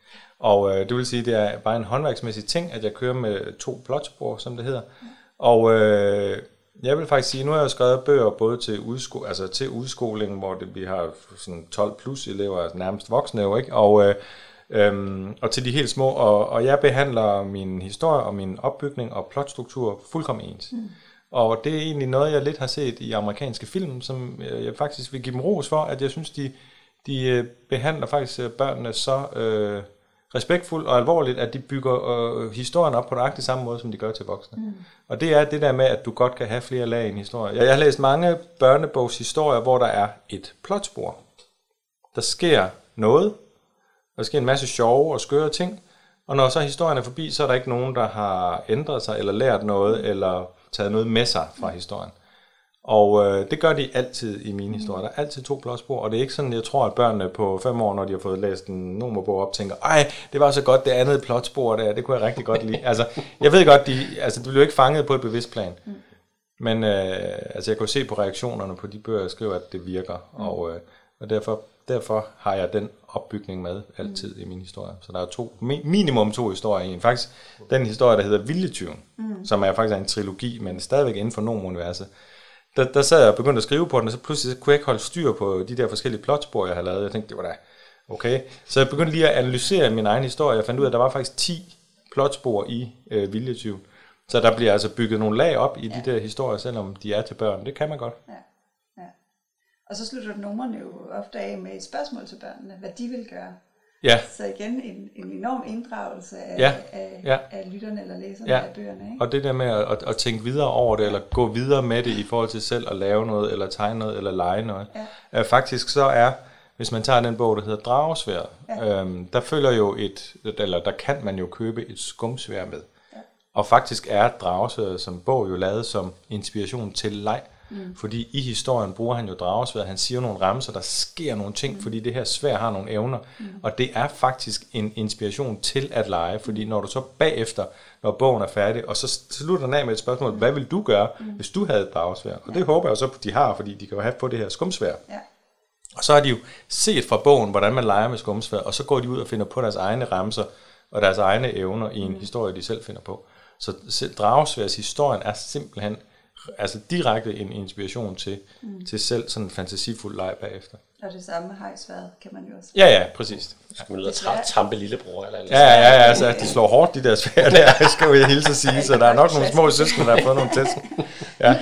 Og øh, det vil sige, det er bare en håndværksmæssig ting, at jeg kører med to plotspor, som det hedder. Og øh, jeg vil faktisk sige, nu har jeg skrevet bøger både til, udsko- altså til udskoling, hvor det, vi har sådan tolv plus elever, altså nærmest voksne jo, ikke? Og, øh, øh, og til de helt små. Og, og jeg behandler min historie og min opbygning og plotstruktur fuldkommen ens. Mm. Og det er egentlig noget, jeg lidt har set i amerikanske film, som jeg faktisk vil give dem ros for, at jeg synes, de, de behandler faktisk børnene så øh, respektfuldt og alvorligt, at de bygger øh, historien op på nøjagtig samme måde, som de gør til voksne. Mm. Og det er det der med, at du godt kan have flere lag i en historie. Jeg har læst mange børnebogshistorier, hvor der er et plotspor. Der sker noget, der sker en masse sjove og skøre ting, og når så historien er forbi, så er der ikke nogen, der har ændret sig, eller lært noget, eller taget noget med sig fra historien. Og øh, det gør de altid i mine historier. Der er altid to plotspor, og det er ikke sådan, jeg tror, at børnene på fem år, når de har fået læst en numerbog op, tænker, ej, det var så godt, det andet plotspor der, det kunne jeg rigtig godt lide. Altså, jeg ved godt, de, altså, de blev ikke fanget på et bevidst plan. Men øh, altså, jeg kunne se på reaktionerne på de bøger, jeg skriver, at det virker, og, øh, og derfor, derfor har jeg den opbygning med altid i min historie. Så der er to, minimum to historier i en. Faktisk den historie, der hedder Viljetyven, mm. som er faktisk en trilogi, men stadigvæk inden for Gnom-universet. Der, der sad jeg og begyndte at skrive på den, og så pludselig kunne jeg ikke holde styr på de der forskellige plotspor, jeg havde lavet. Jeg tænkte, det var da okay. Så jeg begyndte lige at analysere min egen historie. Jeg fandt ud af, at der var faktisk ti plotspor i øh, Viljetyven. Så der bliver altså bygget nogle lag op i ja. de der historier, selvom de er til børn. Det kan man godt. Ja. Ja. Og så slutter numrene jo ofte af med et spørgsmål til børnene, hvad de vil gøre. Ja. Så igen en, en enorm inddragelse af, ja. af, ja. af lytterne eller læserne ja. af bøgerne. Ikke? Og det der med at, at, at tænke videre over det, eller gå videre med det i forhold til selv at lave noget, eller tegne noget, eller lege noget. Ja. Uh, faktisk så er, hvis man tager den bog, der hedder Dragesværd, ja. øhm, der følger jo et, eller der kan man jo købe et skumsværd med. Ja. Og faktisk er Dragesværd som bog jo lavet som inspiration til leg. Mm. Fordi i historien bruger han jo dragesværd, han siger nogle ramser, der sker nogle ting, mm. fordi det her sværd har nogle evner, mm. og det er faktisk en inspiration til at lege, fordi når du så bagefter, når bogen er færdig, og så slutter den af med et spørgsmål, mm. hvad vil du gøre, mm. hvis du havde et dragesværd? Og det ja. håber jeg så, de har, fordi de kan jo have på det her skumsværd. Ja. Og så har de jo set fra bogen, hvordan man leger med skumsværd, og så går de ud og finder på deres egne ramser, og deres egne evner i en mm. historie, de selv finder på. Så dragesværds historien er simpelthen altså direkte en inspiration til, mm. til selv sådan en fantasifuld leg bagefter. Og det samme med hejsværet kan man jo også. Ja, ja, præcis. Ja. Skal man ud og tra- tampe lillebror eller ja, ja, ja, altså de slår hårdt, de der svær der, skal jeg hilse at sige, så der er nok nogle små søskende, der har fået nogle tæsk. Ja.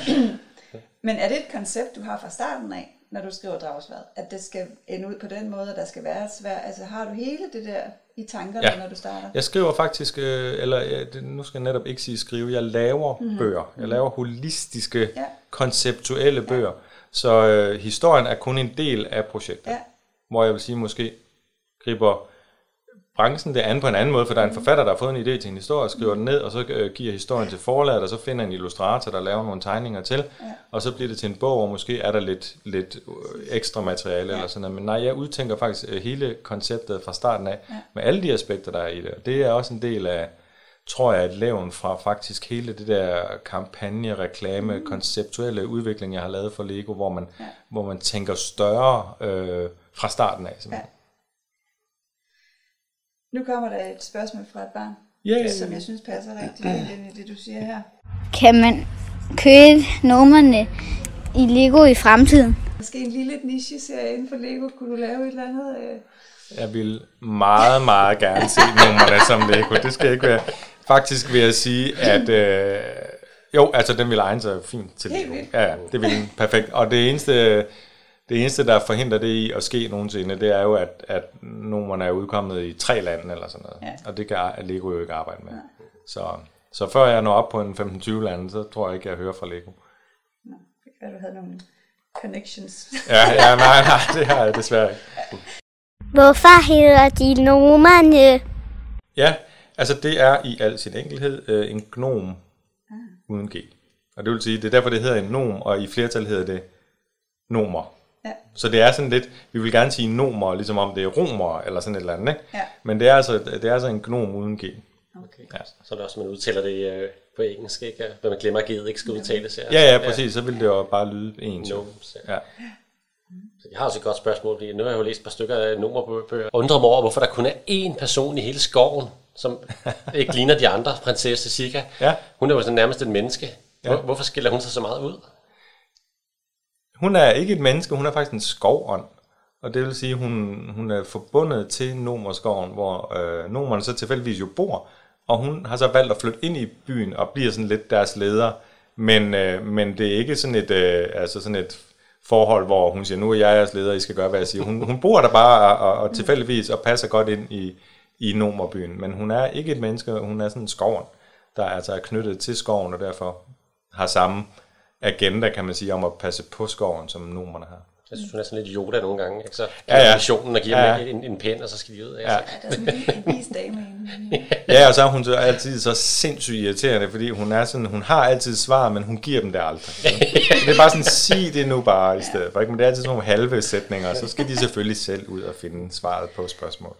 Men er det et koncept, du har fra starten af, når du skriver dragesværd, at det skal ende ud på den måde, at der skal være svær, altså har du hele det der i tankerne, ja. når du starter? Jeg skriver faktisk, eller nu skal jeg netop ikke sige skrive, jeg laver mm-hmm. bøger. Jeg laver holistiske, ja. konceptuelle ja. bøger. Så øh, historien er kun en del af projektet. Ja. Hvor jeg vil sige, måske griber branchen det an på en anden måde, for der er en forfatter, der har fået en idé til en historie, skriver den ned, og så øh, giver historien til forlaget, og så finder en illustrator, der laver nogle tegninger til, ja. og så bliver det til en bog, og måske er der lidt, lidt ekstra materiale, ja. eller sådan noget. Men nej, jeg udtænker faktisk øh, hele konceptet fra starten af, ja. med alle de aspekter, der er i det. Det er også en del af, tror jeg, et levn fra faktisk hele det der kampagne, reklame, mm. konceptuelle udvikling, jeg har lavet for Lego, hvor man, ja. hvor man tænker større øh, fra starten af, simpelthen. Ja. Nu kommer der et spørgsmål fra et barn, yeah. som jeg synes passer rigtig godt ind i det, du siger her. Kan man købe numrene i Lego i fremtiden? Måske en lille niche-serie inden for Lego. Kunne du lave et eller andet? Øh... Jeg vil meget, meget gerne se numrene som Lego. Det skal ikke være. Faktisk vil jeg sige, at øh, jo, altså den vil egne sig fint til Lego. Ja, ja, det vil den perfekt. Og det eneste... Det eneste, der forhindrer det i at ske nogensinde, det er jo, at, at numrene er udkommet i tre lande eller sådan noget. Ja. Og det kan Lego jo ikke arbejde med. Ja. Så, så før jeg når op på en femten tyve lande, så tror jeg ikke, jeg hører fra Lego. Nå, det kan du have nogle connections. ja, ja, nej, nej, det har jeg desværre ikke. Hvorfor hedder de numrene? Ja, altså det er i al sin enkelhed øh, en gnom ah. uden G. Og det vil sige, det er derfor, det hedder en gnom, og i flertal hedder det nomer. Ja. Så det er sådan lidt, vi vil gerne sige nomer, ligesom om det er romer eller sådan et eller andet, ikke? Ja. Men det er altså det er altså en gnom uden G. Okay. Ja. Så er det også, man udtaler det øh, på engelsk, ikke? Når man glemmer, at G'et ikke skal udtales. Ja, ja, ja, præcis. Så vil det jo bare lyde ens. Gnomes, ja. Jeg har også et godt spørgsmål, fordi nu har jeg jo læst et par stykker af nummerbøger. Og undrer mig over, hvorfor der kun er én person i hele skoven, som ikke ligner de andre, prinsesse Sika. Ja. Hun er jo sådan nærmest et menneske. Hvor, Ja. Hvorfor skiller hun sig så meget ud? Hun er ikke et menneske, hun er faktisk en skovånd. Og det vil sige, at hun, hun er forbundet til Nomerskoven, hvor øh, nomerne så tilfældigvis jo bor. Og hun har så valgt at flytte ind i byen og bliver sådan lidt deres leder. Men, øh, men det er ikke sådan et, øh, altså sådan et forhold, hvor hun siger, nu er jeg jeres leder, I skal gøre, hvad jeg siger. Hun, hun bor der bare og, og tilfældigvis og passer godt ind i, i Nomerbyen. Men hun er ikke et menneske, hun er sådan en skoven, der altså er knyttet til skoven, og derfor har samme agenda, kan man sige, om at passe på skoven, som nomerne har. Jeg synes, hun er sådan lidt Yoda nogle gange. Ikke? Så Ja, ja. missionen og giver Ja, ja. dem en, en pind, og så skal de ud. Ja. Altså. Ja, der er sådan en vis dame inde. Ja, og så er hun så altid så sindssygt irriterende, fordi hun er sådan, hun har altid svar, men hun giver dem det aldrig. Så det er bare sådan, sig det nu bare i stedet for, ikke? Men det er altid sådan nogle halve sætninger, og så skal de selvfølgelig selv ud og finde svaret på spørgsmål.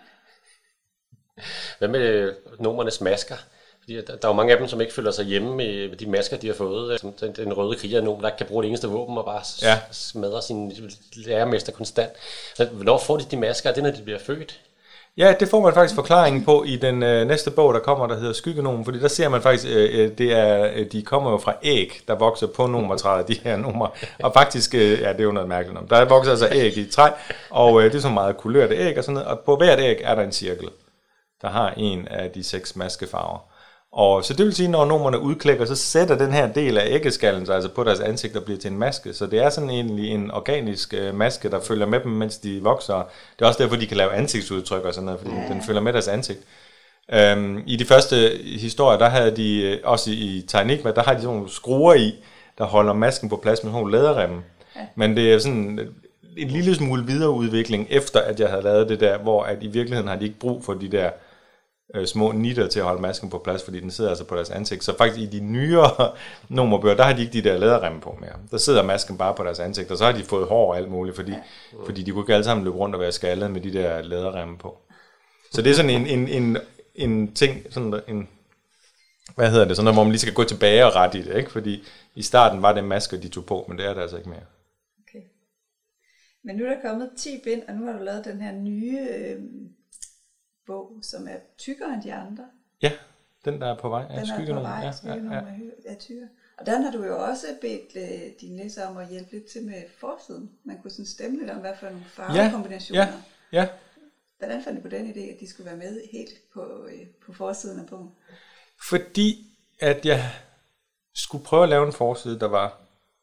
Hvad med øh, nomernes masker? Fordi der, der er jo mange af dem, som ikke føler sig hjemme med de masker, de har fået. Som den, den røde kriger nomen, der ikke kan bruge det eneste våben og bare Ja. ja. smadre sin lærermester konstant. Men hvornår får de de masker? Er det, når de bliver født? Ja, det får man faktisk forklaringen på i den øh, næste bog, der kommer, der hedder Skyggenomen, fordi der ser man faktisk, øh, det er, øh, de kommer jo fra æg, der vokser på nomertræet, de her numre, og faktisk, øh, ja, det er jo noget mærkeligt om, der vokser altså æg i træ, og øh, det er så meget kulørte æg og sådan noget, og på hvert æg er der en cirkel, der har en af de seks maskefarver. Og så det vil sige, når numrene udklækker, så sætter den her del af æggeskallen sig altså på deres ansigt og bliver til en maske. Så det er sådan egentlig en organisk øh, maske, der følger med dem, mens de vokser. Det er også derfor, de kan lave ansigtsudtryk og sådan noget, fordi den følger med deres ansigt. Øhm, I de første historier, der havde de, øh, også i, i Tainigma, der har de sådan nogle skruer i, der holder masken på plads med sådan nogle læderremme. Men det er sådan en lille smule videreudvikling, efter at jeg havde lavet det der, hvor at i virkeligheden har de ikke brug for de der øh, små nitter til at holde masken på plads, fordi den sidder altså på deres ansigt. Så faktisk i de nyere nummerbøger, der har de ikke de der læderremme på mere. Der sidder masken bare på deres ansigt, og så har de fået hår og alt muligt, fordi, fordi de kunne ikke alle sammen løbe rundt og være skaldet med de der læderremme på. Så det er sådan en, en, en, en ting, sådan en, hvad hedder det, sådan noget, hvor man lige skal gå tilbage og rette i det, ikke? Fordi i starten var det masker, de tog på, men det er det altså ikke mere. Okay. Men nu er der kommet ti bind, og nu har du lavet den her nye øh, bog, som er tykkere end de andre. Ja, den der er på vej. Ja, Den er på Skyggenummer. vej, Ja, Skyggenummer ja, ja, er tykkere. Og den har du jo også bedt øh, dine læsere om at hjælpe lidt til med forsiden. Man kunne sådan stemme lidt om, hvad for nogle farvekombinationer. Ja, ja. Hvordan fandt du på den idé, at de skulle være med helt på, øh, på forsiden af bogen? Fordi at jeg skulle prøve at lave en forside, der var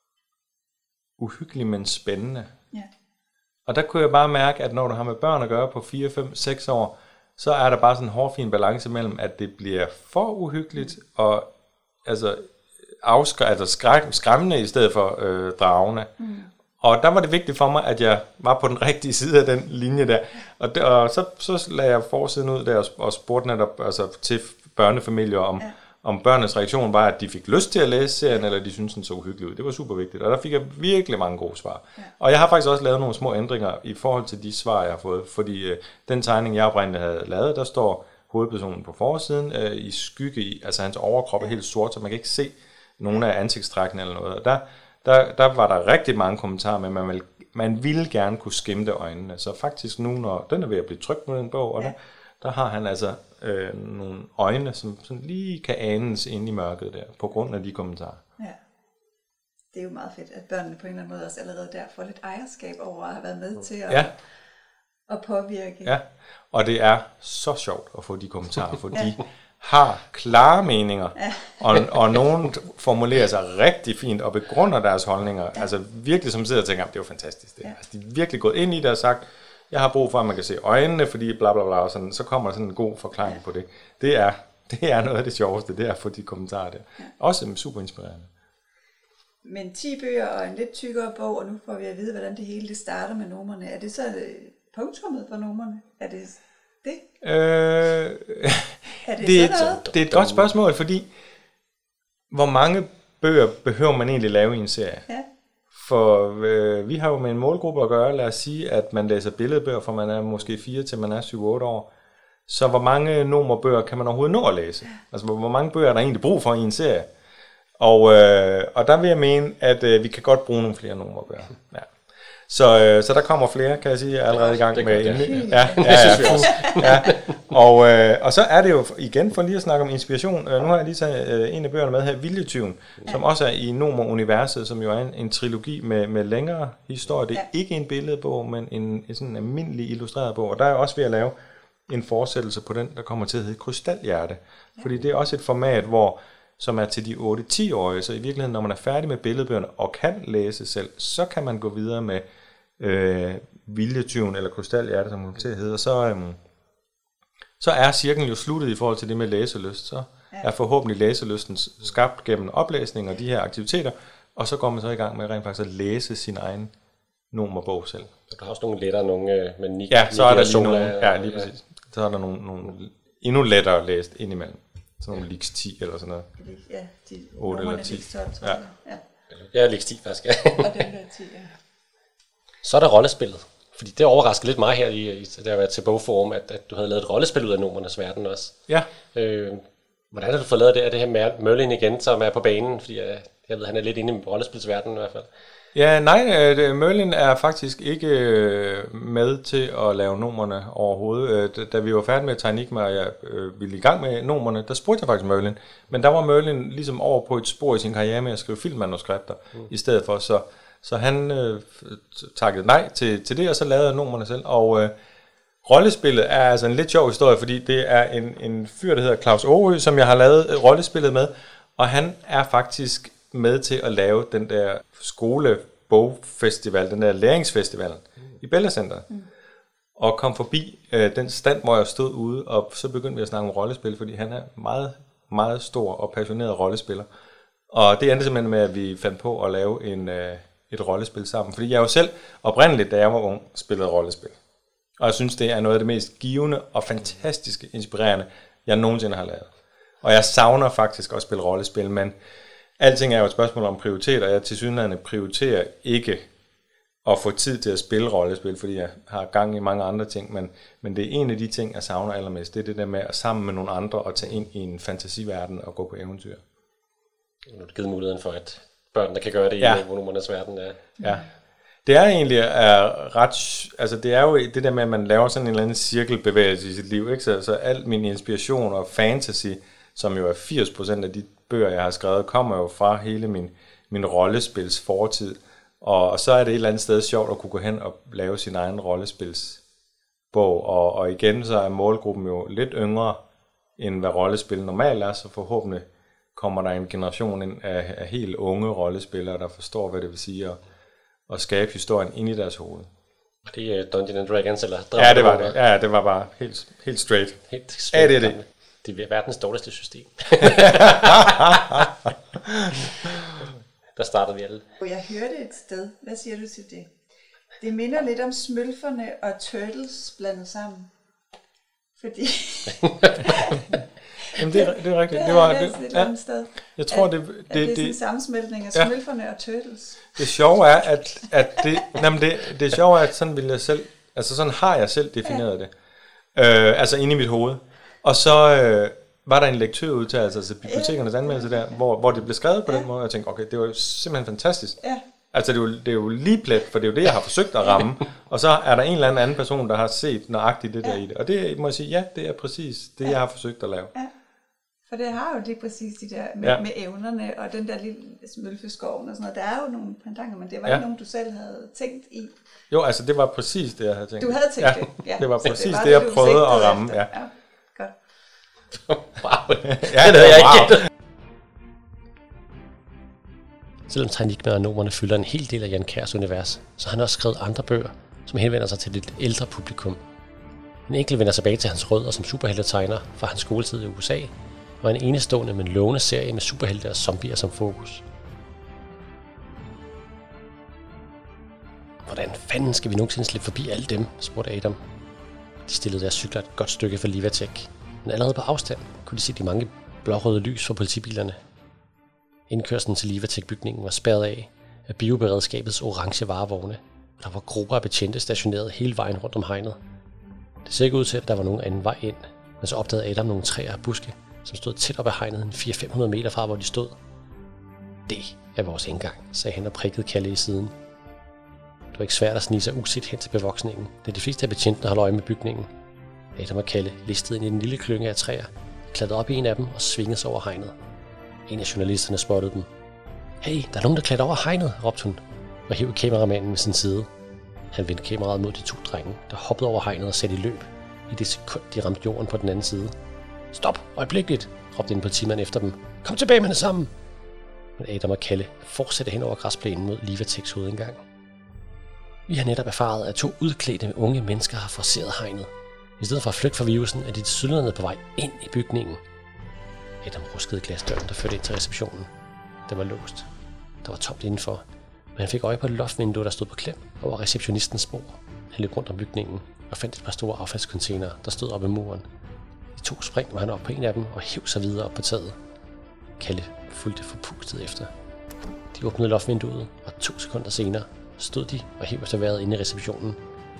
uhyggelig, men spændende. Ja. Og der kunne jeg bare mærke, at når du har med børn at gøre på fire, fem, seks år, så er der bare sådan en hårfin balance mellem, at det bliver for uhyggeligt og altså, afskræ- altså skræk- skræmmende i stedet for øh, dragende. Mm. Og der var det vigtigt for mig, at jeg var på den rigtige side af den linje der. Og, det, og så, så lagde jeg forsiden ud der og, og spurgte netop altså, til børnefamilier om, ja. om børnenes reaktion var, at de fik lyst til at læse serien, eller de syntes den så uhyggelig ud. Det var super vigtigt, og der fik jeg virkelig mange gode svar. Ja. Og jeg har faktisk også lavet nogle små ændringer i forhold til de svar, jeg har fået. Fordi øh, den tegning, jeg oprindeligt havde lavet, der står hovedpersonen på forsiden øh, i skygge i, altså hans overkrop er helt sort, så man kan ikke se nogen af ansigtstrækkene eller noget. Og der, der, der var der rigtig mange kommentarer med, at man, vil, man ville gerne kunne skimte øjnene. Så faktisk nu, når den er ved at blive trykt med den bog, og ja. der, der har han altså øh, nogle øjne, som sådan lige kan anes inde i mørket der, på grund af de kommentarer. Ja. Det er jo meget fedt, at børnene på en eller anden måde også allerede der får lidt ejerskab over at have været med til at, ja. at påvirke. Ja, og det er så sjovt at få de kommentarer, for de har klare meninger, ja. og, og nogen formulerer sig rigtig fint og begrunder deres holdninger, ja. altså virkelig som sidder og tænker, det er jo fantastisk. Det. Ja. Altså, de er virkelig gået ind i det og sagt, jeg har brug for, at man kan se øjnene, fordi bla bla bla, og sådan, så kommer der sådan en god forklaring ja. på det. Det er, det er noget af det sjoveste, det er at få de kommentarer der. Ja. Også super inspirerende. Men ti bøger og en lidt tykkere bog, og nu får vi at vide, hvordan det hele det starter med numrene. Er det så punktummet for numrene? Er det det? Øh, er det, det, er sådan et, det er et godt spørgsmål, fordi hvor mange bøger behøver man egentlig lave i en serie? Ja. For øh, vi har jo med en målgruppe at gøre, lad os sige, at man læser billedbøger, fra man er måske fire til man er syv otte år. Så hvor mange nummerbøger kan man overhovedet nå at læse? Altså hvor, hvor mange bøger er der egentlig brug for i en serie? Og, øh, og der vil jeg mene, at øh, vi kan godt bruge nogle flere nummerbøger. Ja. Så, øh, så der kommer flere, kan jeg sige, jeg er allerede i gang det med godt, ja. emne. Ja, ja, ja, ja, ja. Og, øh, og så er det jo igen for lige at snakke om inspiration. Øh, nu har jeg lige taget øh, en af bøgerne med her, Viljetyven, ja. som også er i Nomer-universet, som jo er en, en trilogi med, med længere historie. Det er ja. ikke en billedbog, men en, en sådan almindelig illustreret bog. Og der er jeg også ved at lave en fortsættelse på den, der kommer til at hedde Krystalhjerte. Ja. Fordi det er også et format, hvor som er til de otte til ti-årige. Så i virkeligheden, når man er færdig med billedbøgerne og kan læse selv, så kan man gå videre med øh, Viljetyven eller Krystalhjerte, som det til at hedde. Så, øh, så er cirklen jo sluttet i forhold til det med læselyst. Så er forhåbentlig læselysten skabt gennem oplæsning og de her aktiviteter, og så går man så i gang med rent faktisk at læse sin egen Nomer-bog selv. Så der har også nogle lettere, nogle med ni. Ja, så er der lige nogle, ja, lige præcis. Så er der nogle, nogle endnu lettere læst indimellem. Sådan nogle Lix ti eller sådan noget. Ja, de otte eller ti. tolv, tror ja. jeg. Ja, Lix ti faktisk, ja. Og den der ti, ja. Så er der rollespillet. Fordi det overraskede lidt mig her, i, i, da jeg var til bogforum, at, at du havde lavet et rollespil ud af Nomernes Verden også. Ja. Øh, hvordan har du fået lavet det? Er det her Merlin igen, som er på banen? Fordi jeg, jeg ved, han er lidt inde i rollespilsverdenen i hvert fald. Ja, nej, Merlin er faktisk ikke med til at lave Nomerne overhovedet. Da vi var færdige med Tainigma, og jeg ville i gang med Nomerne, der spurgte jeg faktisk Merlin. Men der var Merlin ligesom over på et spor i sin karriere med at skrive filmmanuskripter mm. i stedet for. Så, så han øh, takkede nej til, til det, og så lavede jeg Nomerne selv. Og øh, rollespillet er altså en lidt sjov historie, fordi det er en, en fyr, der hedder Claus Aarø, som jeg har lavet rollespillet med. Og han er faktisk med til at lave den der skolebogfestival, den der læringsfestival mm. i Bella Center. Mm. Og kom forbi øh, den stand, hvor jeg stod ude, og så begyndte vi at snakke om rollespil, fordi han er meget, meget stor og passioneret rollespiller. Og det endte simpelthen med, at vi fandt på at lave en, øh, et rollespil sammen. Fordi jeg jo selv oprindeligt, da jeg var ung, spillede rollespil. Og jeg synes, det er noget af det mest givende og fantastiske, inspirerende, jeg nogensinde har lavet. Og jeg savner faktisk at spille rollespil, men alting er jo et spørgsmål om prioriteter, og jeg tilsyneladende prioriterer ikke at få tid til at spille rollespil, fordi jeg har gang i mange andre ting, men, men det er en af de ting, jeg savner allermest. Det er det der med at sammen med nogle andre og tage ind i en fantasiverden og gå på eventyr. Nu har du givet muligheden for, at børn, der kan gøre det ja. i Nomernes Verden. Ja. ja. Det er egentlig er ret, altså det er jo det der med, at man laver sådan en eller anden cirkelbevægelse i sit liv, ikke? Så, så al min inspiration og fantasy, som jo er firs procent af de bøger, jeg har skrevet, kommer jo fra hele min, min rollespils fortid. Og, og så er det et eller andet sted sjovt at kunne gå hen og lave sin egen rollespilsbog. Og, og igen, så er målgruppen jo lidt yngre, end hvad rollespil normalt er, så forhåbentlig kommer der en generation ind af, af helt unge rollespillere, der forstår, hvad det vil sige at, at skabe historien ind i deres hoved. Og det er Dungeons and Dragons, eller? Ja, det var det. Ja, det var bare helt, helt straight. Helt straight. Ja, det er det. Det er verdens dårligste system. Der startede vi alle. Jeg hørte et sted. Hvad siger du til det? Det minder lidt om Smølferne og Turtles blandet sammen. Fordi... Jamen, det er, det er rigtigt. Det, det var det. Et ja. Sted. Jeg tror, at, det, det, det, at det er sådan en det, sammensmeltning af ja. Smølferne og Turtles. Det sjove er, at, at det, jamen det, det sjove er, at sådan vil jeg selv, altså sådan har jeg selv defineret ja. det. Øh, altså inde i mit hoved. Og så øh, var der en lektørudtalelse, altså bibliotekernes anmeldelse der, hvor, hvor det blev skrevet på ja. den måde, og jeg tænkte, okay, det var jo simpelthen fantastisk. Ja. Altså det er, jo, det er jo lige plet, for det er jo det, jeg har forsøgt at ramme, og så er der en eller anden person, der har set nøjagtigt det ja. der i det. Og det må jeg sige, ja, det er præcis det, ja. jeg har forsøgt at lave. Ja. For det har jo lige præcis de der med, ja. med evnerne, og den der lille smølfeskoven og sådan noget. Der er jo nogle pandanger, men det var ja. ikke nogen, du selv havde tænkt i. Jo, altså det var præcis det, jeg havde tænkt. Du havde tænkt ja. det? Ja. Det var præcis det, var det, det, jeg prøvede at ramme. Efter. Ja. Ja. Godt. Wow. Ja, det havde jeg ikke. Selvom Tainigma og Nomerne fylder en hel del af Jan Kjærs univers, så har han også skrevet andre bøger, som henvender sig til et lidt ældre publikum. En enkelt vender tilbage til hans rødder som superheltetegner fra hans skoletid i U S A, og en enestående, men lovende serie med superhelte og zombier som fokus. Hvordan fanden skal vi nogensinde slippe forbi alle dem, spurgte Adam. De stillede deres cykler et godt stykke fra Livatek, men allerede på afstand kunne de se de mange blårøde lys fra politibilerne. Indkørslen til Livatek-bygningen var spærret af af bioberedskabets orange varevogne, og der var grupper af betjente stationeret hele vejen rundt om hegnet. Det så ikke ud til, at der var nogen anden vej ind, men så opdagede Adam nogle træer og buske, som stod tæt op ad hegnet en fire til fem hundrede meter fra, hvor de stod. Det er vores indgang, sagde han og prikkede Kalle i siden. Du var ikke svært at snige sig uset hen til bevoksningen, da de fleste af betjentene holdt øje med bygningen. Adam og Kalle listede ind i den lille klynge af træer, klatrede op i en af dem og svingede sig over hegnet. En af journalisterne spottede dem. Hey, der er nogen, der klatrer over hegnet, råbte hun, og hævde kameramanden med sin side. Han vendte kameraet mod de to drenge, der hoppede over hegnet og satte i løb, i det sekund de ramte jorden på den anden side. Stop, øjeblikkeligt, råbte en politimand efter dem. Kom tilbage med det sammen! Men Adam og Kalle fortsatte hen over græsplænen mod Livateks hovedindgang. Vi har netop erfaret, at to udklædte unge mennesker har forceret hegnet. I stedet for at flygte fra virusen, er de tilsyneladende på vej ind i bygningen. Adam ruskede glasdøren, der førte ind til receptionen. Den var låst. Der var tomt indenfor, men han fik øje på et loftvindue, der stod på klem over receptionistens bord. Han løb rundt om bygningen og fandt et par store affaldscontainere, der stod op ad muren. I to spring var han op på en af dem og hæv sig videre op på taget. Kalle fulgte forpustet efter. De åbnede loftvinduet, og to sekunder senere stod de og hæv efter vejret inde i receptionen.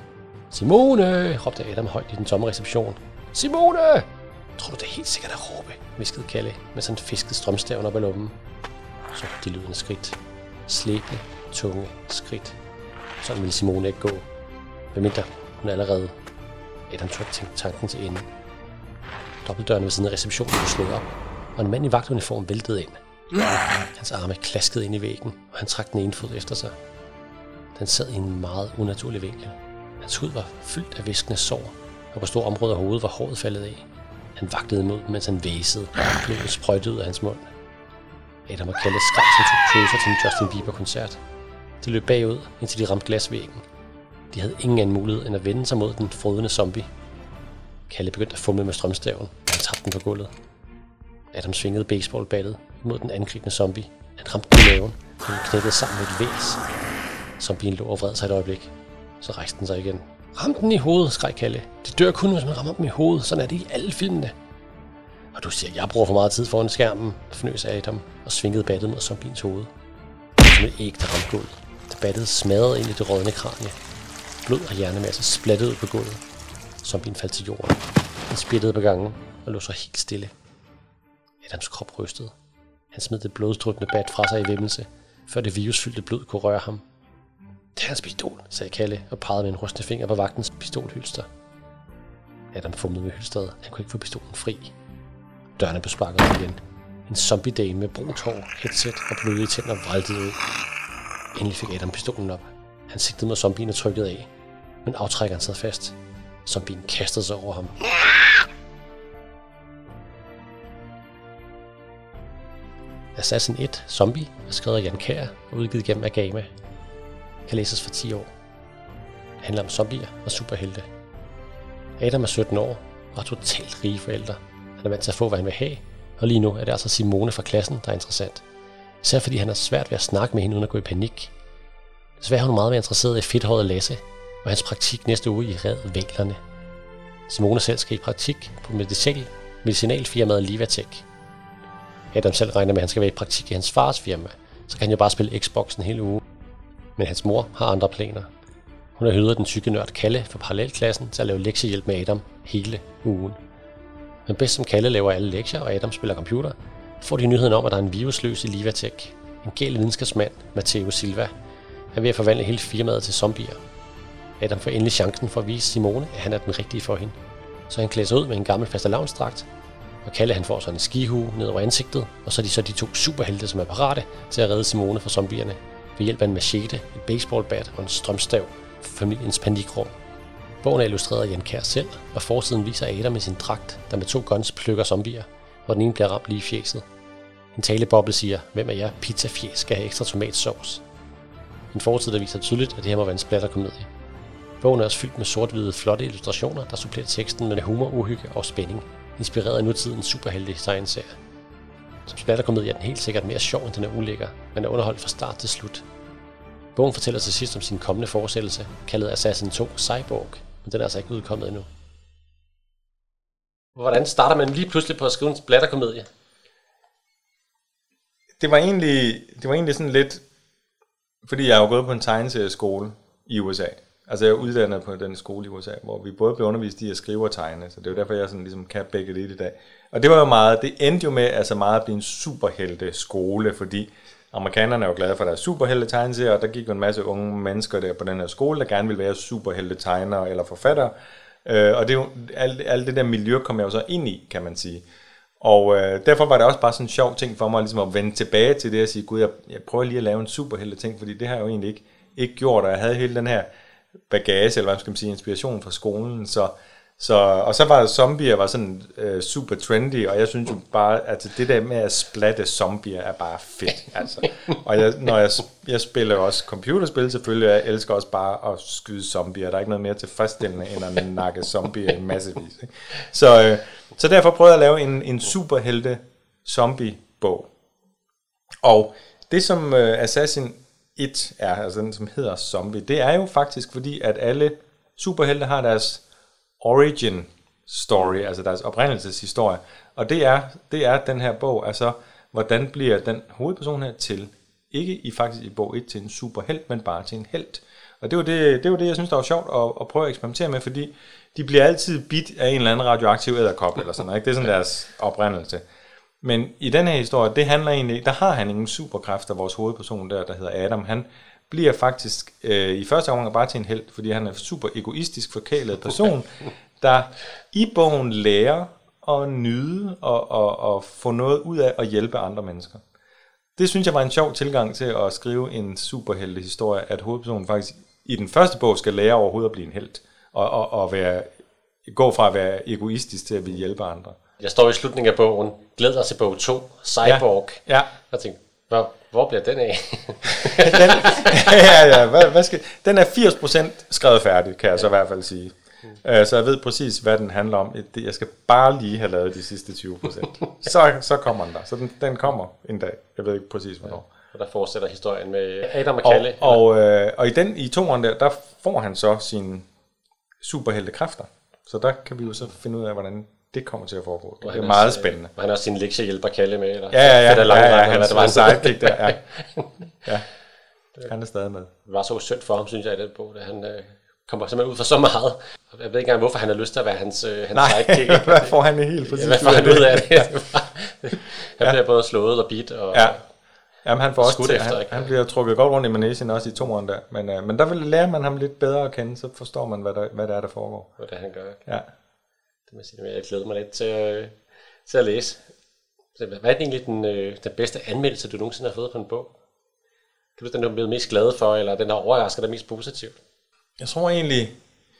Simone! Råbte Adam højt i den tomme reception. Simone! Tror du det er helt sikkert at råbe? Hviskede Kalle, mens han fiskede strømstaven op ad lommen. Så de lydende skridt. Slæbende, tunge skridt. Sådan ville Simone ikke gå. Medmindre hun allerede. Adam tog tanken til ende. Dobbeltdøren ved siden af receptionen blev slået op, og en mand i vagtuniform væltede ind. Hans arme klaskede ind i væggen, og han trak den ene fod efter sig. Den sad i en meget unaturlig vinkel. Hans hud var fyldt af væskende sår, og på store områder af hovedet var håret faldet af. Han vagtede imod dem, mens han væsede, og blodet sprøjtede ud af hans mund. Adam og Kalle skreg som to tøser til en Justin Bieber-koncert. De løb bagud, indtil de ramte glasvæggen. De havde ingen anden mulighed end at vende sig mod den frødende zombie. Kalle begyndte at fumle med strømstaven, og han tabte den på gulvet. Adam svingede baseballbattet mod den angribende zombie. Han ramte den i maven, og den knækkede sammen med et væs. Zombien lå og vred sig et øjeblik. Så rejste den sig igen. Ram den i hovedet, skreg Kalle. Det dør kun, hvis man rammer dem i hovedet. Sådan er det i alle filmene. Og du siger, at jeg bruger for meget tid foran skærmen, fnøs Adam og svingede battet mod zombiens hoved. Som et æg, der ramte gulvet. Da battet smadrede ind i det rådne kranie. Blod og hjernemasse splattede ud på gulvet. Zombien faldt til jorden. Han spjættede på gangen og lå så helt stille. Adams krop rystede. Han smed det bloddryppende bat fra sig i væmmelse, før det virusfyldte blod kunne røre ham. Det er hans pistol, sagde Kalle og pegede med en rystende finger på vagtens pistolhylster. Adam fumlede med hylsteret. Han kunne ikke få pistolen fri. Dørene blev sparket op igen. En zombie-dame med brunt hår, headset og blodige tænder væltede ud. Endelig fik Adam pistolen op. Han sigtede mod zombien og trykkede af, men aftrækkeren sad fast. Zombien kastede sig over ham. Assassin et Zombie er skrevet af Jan Kjær og udgivet gennem Agama. Kan læses for ti år. Det handler om zombier og superhelte. Adam er sytten år og har totalt rige forældre. Han er vant til at få, hvad han vil have, og lige nu er det altså Simone fra klassen, der er interessant. Især fordi han har svært ved at snakke med hende uden at gå i panik. Desværre er hun meget mere interesseret i fedthåret Lasse og hans praktik næste uge i Red Vælerne. Simone selv skal i praktik på medicinal, medicinalfirmaet Livatek. Adam selv regner med, at han skal være i praktik i hans fars firma, så kan han jo bare spille Xbox en hel uge. Men hans mor har andre planer. Hun har hyret den tykke nørd Kalle fra parallelklassen til at lave lektiehjælp med Adam hele ugen. Men bedst som Kalle laver alle lektier, og Adam spiller computer, får de nyheden om, at der er en virusløs i Livatek. En gal videnskabsmand, Matteo Silva, er ved at forvandle hele firmaet til zombier. Adam får endelig chancen for at vise Simone, at han er den rigtige for hende. Så han klæder sig ud med en gammel fastelavnsdragt, og Kalle han får sådan en skihue ned over ansigtet, og så er de så de to superhelte, som er parate til at redde Simone fra zombierne ved hjælp af en machete, et baseballbat og en strømstav for familiens panikrum. Bogen er illustreret af Jan Kjær selv, og forsiden viser Adam i sin dragt, der med to guns plukker zombier, hvor den ene bliver ramt lige i fjeset. En taleboble siger, hvem af jer pizzafjes skal have ekstra tomatsauce. En forside, der viser tydeligt, at det her må være en splatterkomedie. Bogen er også fyldt med sort-hvide flotte illustrationer, der supplerer teksten med humor, uhygge og spænding, inspireret af nutidens superhelte tegneserie. Som splatterkomedie er den helt sikkert mere sjov, end den er ulækker, men er underholdt fra start til slut. Bogen fortæller til sidst om sin kommende fortsættelse, kaldet Assassin to Cyborg, men den er altså ikke udkommet endnu. Hvordan starter man lige pludselig på at skrive en splatterkomedie? Det var egentlig, det var egentlig sådan lidt, fordi jeg er jo gået på en tegneserieskole i U S A. Altså jeg er uddannet på den skole i U S A, hvor vi både blev undervist i at skrive og tegne, så det er jo derfor, jeg sådan ligesom kan begge det i dag. Og det var jo meget, det endte jo med altså meget at blive en superhelte skole, fordi amerikanerne er jo glade for deres superhelte-tegneserier, og der gik jo en masse unge mennesker der på den her skole, der gerne ville være superhelte-tegnere eller forfattere. Øh, og det er jo, alt, alt det der miljø kom jeg jo så ind i, kan man sige. Og øh, derfor var det også bare sådan en sjov ting for mig, ligesom at vende tilbage til det og sige, gud, jeg, jeg prøver lige at lave en superhelte-ting, fordi det har jeg jo egentlig ikke, ikke gjort, og jeg havde hele den her bagage, eller hvad skal man sige, inspiration fra skolen, så Så, og så var zombier var sådan øh, super trendy, og jeg synes jo bare, at det der med at splatte zombier er bare fedt. Altså. Og jeg, når jeg, jeg spiller også computerspil selvfølgelig, og jeg elsker også bare at skyde zombier. Der er ikke noget mere tilfredsstillende end at nakke zombier i massevis. Ikke? Så, øh, så derfor prøvede jeg at lave en, en superhelte zombie-bog. Og det som øh, Assassin et er, altså den som hedder Zombie, det er jo faktisk fordi, at alle superhelte har deres origin story, altså deres oprindelseshistorie. Og det er, det er den her bog, altså hvordan bliver den hovedperson her til, ikke i faktisk i bog et til en superhelt, men bare til en helt. Og det var det, det, var det jeg synes, der var sjovt at, at prøve at eksperimentere med, fordi de bliver altid bidt af en eller anden radioaktiv edderkop, eller sådan noget, ikke? Det er sådan deres oprindelse. Men i den her historie, det handler egentlig, der har han ingen superkræfter, vores hovedperson der, der hedder Adam, han bliver faktisk øh, i første omgang bare til en helt, fordi han er en super egoistisk, forkælet person, der i bogen lærer at nyde og, og, og få noget ud af at hjælpe andre mennesker. Det synes jeg var en sjov tilgang til at skrive en superheltehistorie, at hovedpersonen faktisk i den første bog skal lære overhovedet at blive en helt, og, og, og være, gå fra at være egoistisk til at ville hjælpe andre. Jeg står i slutningen af bogen, glæder til bog to, Cyborg. Ja. Ja. Jeg tænkte, hvor, hvor bliver den af? den, ja, ja, hvad, hvad skal, den er firs procent skrevet færdig, kan jeg så i hvert fald sige. Mm. Så jeg ved præcis, hvad den handler om. Jeg skal bare lige have lavet de sidste tyve procent. Så, så kommer den der. Så den, den kommer en dag. Jeg ved ikke præcis, hvornår. Ja, og der fortsætter historien med Adam og Kalle. Og, og, øh, og i den i toeren der, der får han så sine superhelte kræfter. Så der kan vi jo så finde ud af, hvordan det kommer til at foregå. Det er meget også, spændende. Og han har også sin lektiehjælper Kalle med. Eller? Ja, ja, ja. ja, ja, ja han var en sidekick der. Ja. Ja. Han er stadig med. Det var så synd for ham, synes jeg, i den bog, da han øh, kommer simpelthen ud for så meget. Jeg ved ikke engang, hvorfor han har lyst til at være hans, øh, hans Nej, sidekick. Nej, hvad får han helt præcis? Ja, hvad får han ud af det? Han bliver både slået og bidt og ja. Jamen, han får også efter, han, han bliver trukket godt rundt i manesien også i toeren der. Men, øh, men der vil lære man ham lidt bedre at kende, så forstår man, hvad der, hvad der er, der foregår. Hvad det han gør. Ja. Det må sige, jeg glæder mig lidt til, øh, til at læse. Hvad er egentlig den, øh, den bedste anmeldelse, du nogensinde har fået på en bog? Kan du den, du er blevet mest glad for, eller den har overrasket dig mest positivt? Jeg tror egentlig,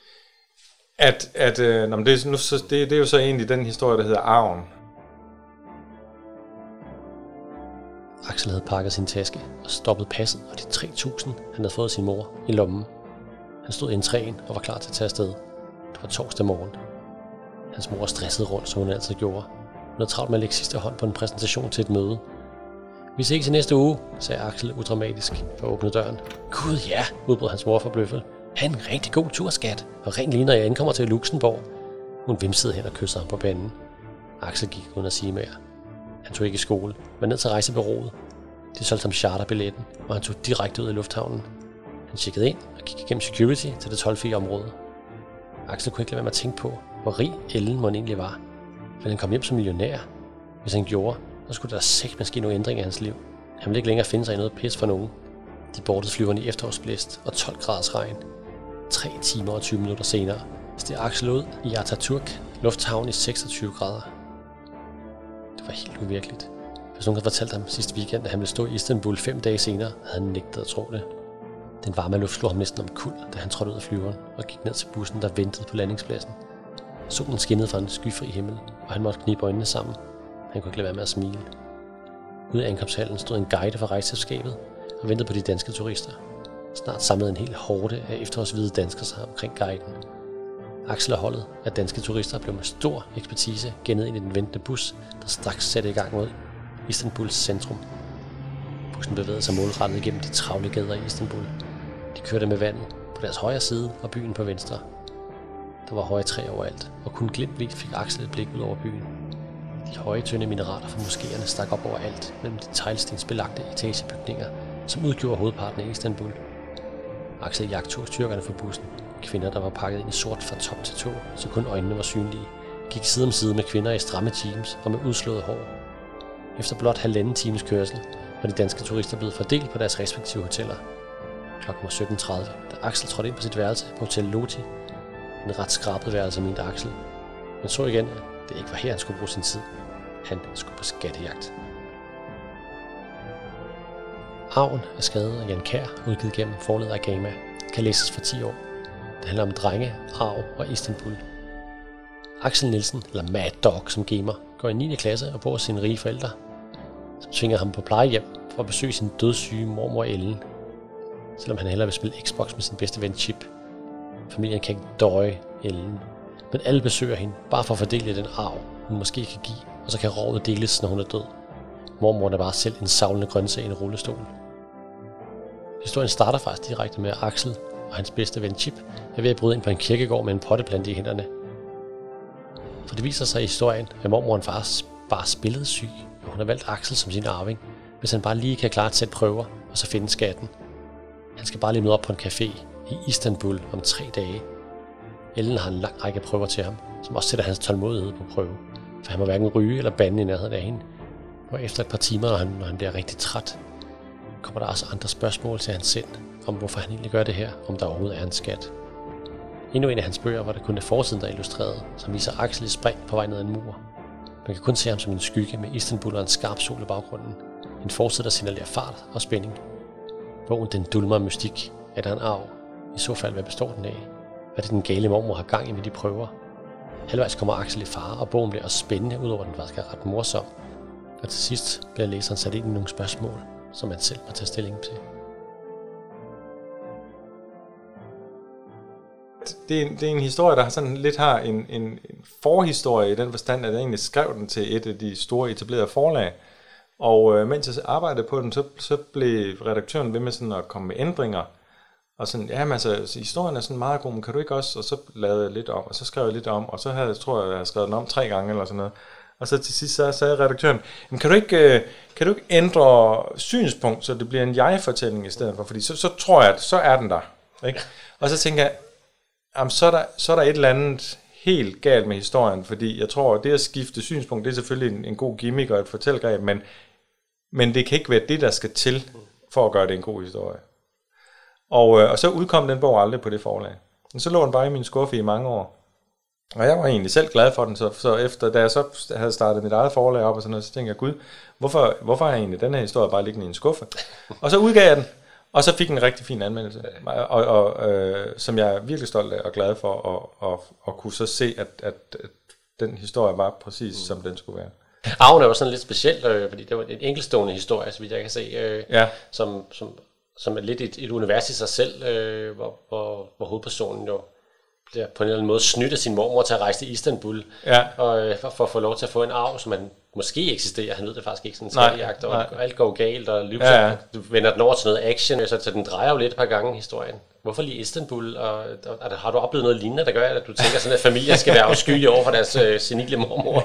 at, at øh, nå, det, nu, så, det, det er jo så egentlig den historie, der hedder Arven. Axel havde pakket sin taske og stoppet passet og de tre tusind, han havde fået af sin mor, i lommen. Han stod i entréen og var klar til at tage afsted. Det var torsdag morgen. Hans mor stressede rundt, som hun altid gjorde. Hun havde travlt med at lægge sidste hånd på en præsentation til et møde. Vi ses i næste uge, sagde Axel udramatisk for at åbne døren. Gud ja, udbrød hans mor forbløffet. Ha' en rigtig god tur, skat, og ring lige, når jeg ankommer til Luxembourg. Hun vimsede hen og kyssede ham på panden. Axel gik uden at sige mere. Han tog ikke i skole, men ned til rejsebureauet. De solgte ham charterbilletten, og han tog direkte ud i lufthavnen. Han tjekkede ind og gik igennem security til det toldfrie område. Axel kunne ikke lade være med at tænke på, hvor rig Ellen må egentlig var. Ville han komme hjem som millionær? Hvis han gjorde, så skulle der sæt med ske nogle ændringer i hans liv. Han ville ikke længere finde sig i noget pis for nogen. De boardede flyverne i efterårsblæst og tolv graders regn. Tre timer og tyve minutter senere steg Axel ud i Atatürk, lufthavn i seksogtyve grader. Det var helt uvirkeligt. Hvis nogen havde fortalt ham sidste weekend, at han ville stå i Istanbul fem dage senere, havde han nægtet at tro det. Den varme luft slog ham næsten omkuld, da han trådte ud af flyveren og gik ned til bussen, der ventede på landingspladsen. Solen skinnede fra en skyfri himmel, og han måtte knibe øjnene sammen. Han kunne ikke lade være med at smile. Ude af ankomsthallen stod en guide fra rejseselskabet og ventede på de danske turister. Snart samlede en hel horde af efterårshvide danskere sig omkring guiden. Axel og holdet af danske turister blev med stor ekspertise gennet ind i den ventende bus, der straks satte i gang mod Istanbuls centrum. Bussen bevægede sig målrettet igennem de travle gader i Istanbul. De kørte med vandet på deres højre side og byen på venstre. Der var høje træer overalt, og kun glimtvis fik Axel et blik ud over byen. De høje, tynde mineraler fra moskéerne stak op overalt mellem de teglstensbelagte etagebygninger, som udgjorde hovedparten af Istanbul. Axel jagtog styrkerne for bussen. Kvinder, der var pakket ind i sort fra top til tå, så kun øjnene var synlige, gik side om side med kvinder i stramme jeans og med udslået hår. Efter blot halvanden times kørsel var de danske turister blevet fordelt på deres respektive hoteller. Klokken var sytten tredive, da Axel trådte ind på sit værelse på Hotel Loti. En ret skrabet værelse, mente Axel. Men så igen, at det ikke var her, han skulle bruge sin tid. Han skulle på skattejagt. Arven er skrevet af Jan Kjær, udgivet gennem forlaget Agama, kan læses for ti år. Det handler om drenge, arv og Istanbul. Axel Nielsen, eller Mad Dog som gamer, går i niende klasse og bor hos sine rige forældre, som tvinger ham på plejehjem for at besøge sin dødssyge mormor Ellen, selvom han hellere vil spille Xbox med sin bedste ven Chip. Familien kan ikke døje Ellen, men alle besøger hende, bare for at fordele den arv, hun måske kan give, og så kan rådet deles, når hun er død. Mormoren er bare selv en savlende grøntsag i en rullestol. Historien starter faktisk direkte med, at Axel og hans bedste ven Chip er ved at bryde ind på en kirkegård med en potteplante i hænderne. For det viser sig i historien, at mormoren faktisk bare spillede syg, og hun har valgt Axel som sin arving, hvis han bare lige kan klare et sæt prøver, og så finde skatten. Han skal bare lige møde op på en café i Istanbul om tre dage. Ellen har en lang række prøver til ham, som også sætter hans tålmodighed på prøve, for han må hverken ryge eller bande i nærheden af hende. Og efter et par timer, når han, når han bliver rigtig træt, kommer der også andre spørgsmål til hans sind, om hvorfor han egentlig gør det her, om der overhovedet er en skat. Endnu en af hans bøger, hvor der kun er forsiden, der er illustreret, som viser Axel i spring på vej ned ad en mur. Man kan kun se ham som en skygge med Istanbul og en skarp sol i baggrunden. En forside, der signalerer fart og spænding. Bogen den dulmer mystik. Er der en arv? I så fald, hvad består den af? Hvad er det, den gale mormor har gang i med de prøver? Halvvejs kommer Axel i fare, og bogen bliver også spændende, udover den faktisk er ret morsom. Og til sidst bliver læseren sat ind i nogle spørgsmål, som man selv må tage stilling til. Det er, en, det er en historie, der sådan lidt har en, en, en forhistorie i den forstand, at jeg egentlig skrev den til et af de store etablerede forlag. Og øh, mens jeg arbejdede på den, så, så blev redaktøren ved med sådan at komme med ændringer. Og sådan, ja, men altså, historien er sådan meget god, men kan du ikke også? Og så lavede jeg lidt om, og så skrev jeg lidt om, og så havde jeg, tror jeg, jeg havde skrevet den om tre gange eller sådan noget. Og så til sidst så sagde redaktøren, men kan du ikke, kan du ikke ændre synspunkt, så det bliver en jeg-fortælling i stedet for? Fordi så, så tror jeg, at så er den der. Ikke? Og så tænker jeg, jamen, så, er der, så er der et eller andet helt galt med historien, fordi jeg tror, at det at skifte synspunkt, det er selvfølgelig en, en god gimmick og et fortællegreb, men, men det kan ikke være det, der skal til for at gøre det en god historie. Og, og så udkom den bog aldrig på det forlag. Men så lå den bare i min skuffe i mange år. Og jeg var egentlig selv glad for den, så, så efter, da jeg så havde startet mit eget forlag op og sådan noget, så tænkte jeg, gud, hvorfor, hvorfor er egentlig den her historie bare liggende i en skuffe? Og så udgav jeg den, og så fik den en rigtig fin anmeldelse, og, og, øh, som jeg er virkelig stolt af og glad for, og, og, og kunne så se, at, at, at den historie var præcis, mm. som den skulle være. Arven er jo sådan lidt speciel, øh, fordi det var en enkeltstående historie, så vidt jeg kan se, øh, ja. som, som, som er lidt et, et univers i sig selv, øh, hvor, hvor, hvor hovedpersonen jo bliver på en eller anden måde snydt af sin mormor til at rejse til Istanbul, ja. og øh, for, for at få lov til at få en arv, som han måske eksisterer. Han ved det faktisk ikke, sådan en skattejagt, og, og alt går galt, og lige ja, ja. Du vender den over til noget action, så, så den drejer jo lidt et par gange historien. Hvorfor lige Istanbul, og, og, og har du oplevet noget lignende, der gør, at du tænker sådan, at familier skal være afskyelige over for deres øh, senile mormor?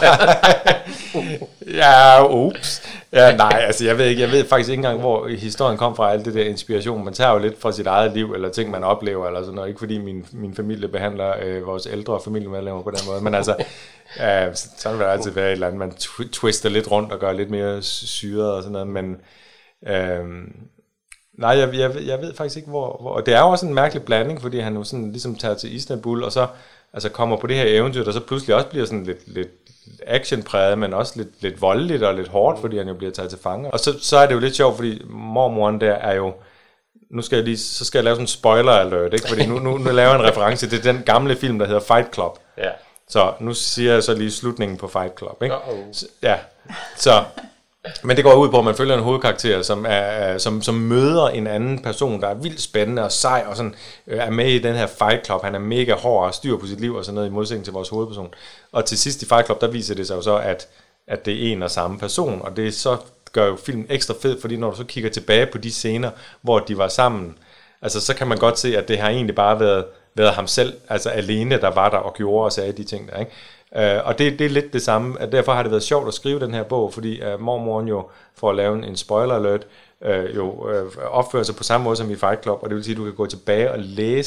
ja, ups. Ja, nej, altså jeg ved ikke, jeg ved faktisk ikke engang, hvor historien kom fra, alt det der inspiration. Man tager jo lidt fra sit eget liv, eller ting, man oplever, eller sådan noget. Ikke fordi min, min familie behandler øh, vores ældre familiemedlemmer på den måde, men altså, øh, sådan vil det altid være et eller andet. Man tw- twister lidt rundt og gør lidt mere syret og sådan noget, men øh, nej, jeg, jeg, jeg ved faktisk ikke, hvor, hvor... Og det er jo også en mærkelig blanding, fordi han jo sådan ligesom tager til Istanbul, og så altså kommer på det her eventyr, der så pludselig også bliver sådan lidt, lidt actionpræget, men også lidt, lidt voldeligt og lidt hårdt, fordi han jo bliver taget til fange. Og så, så er det jo lidt sjovt, fordi mormoren der er jo... Nu skal jeg lige, så skal jeg lave sådan en spoiler alert, ikke? Fordi nu, nu, nu laver jeg en reference til den gamle film, der hedder Fight Club. Ja. Så nu siger jeg så lige slutningen på Fight Club, ikke? Så, ja, så... Men det går ud på, at man følger en hovedkarakter, som, er, som, som møder en anden person, der er vildt spændende og sej, og sådan, øh, er med i den her Fight Club. Han er mega hård og styr på sit liv og sådan noget, i modsætning til vores hovedperson. Og til sidst i Fight Club, der viser det sig jo så, at, at det er en og samme person. Og det så gør jo filmen ekstra fed, fordi når du så kigger tilbage på de scener, hvor de var sammen, altså så kan man godt se, at det har egentlig bare været, været ham selv, altså alene, der var der og gjorde og sagde de ting der, ikke? Uh, og det, det er lidt det samme, at derfor har det været sjovt at skrive den her bog, fordi uh, mormoren jo, for at lave en, en spoiler alert, uh, jo uh, opfører sig på samme måde som i Fight Club, og det vil sige, at du kan gå tilbage og læse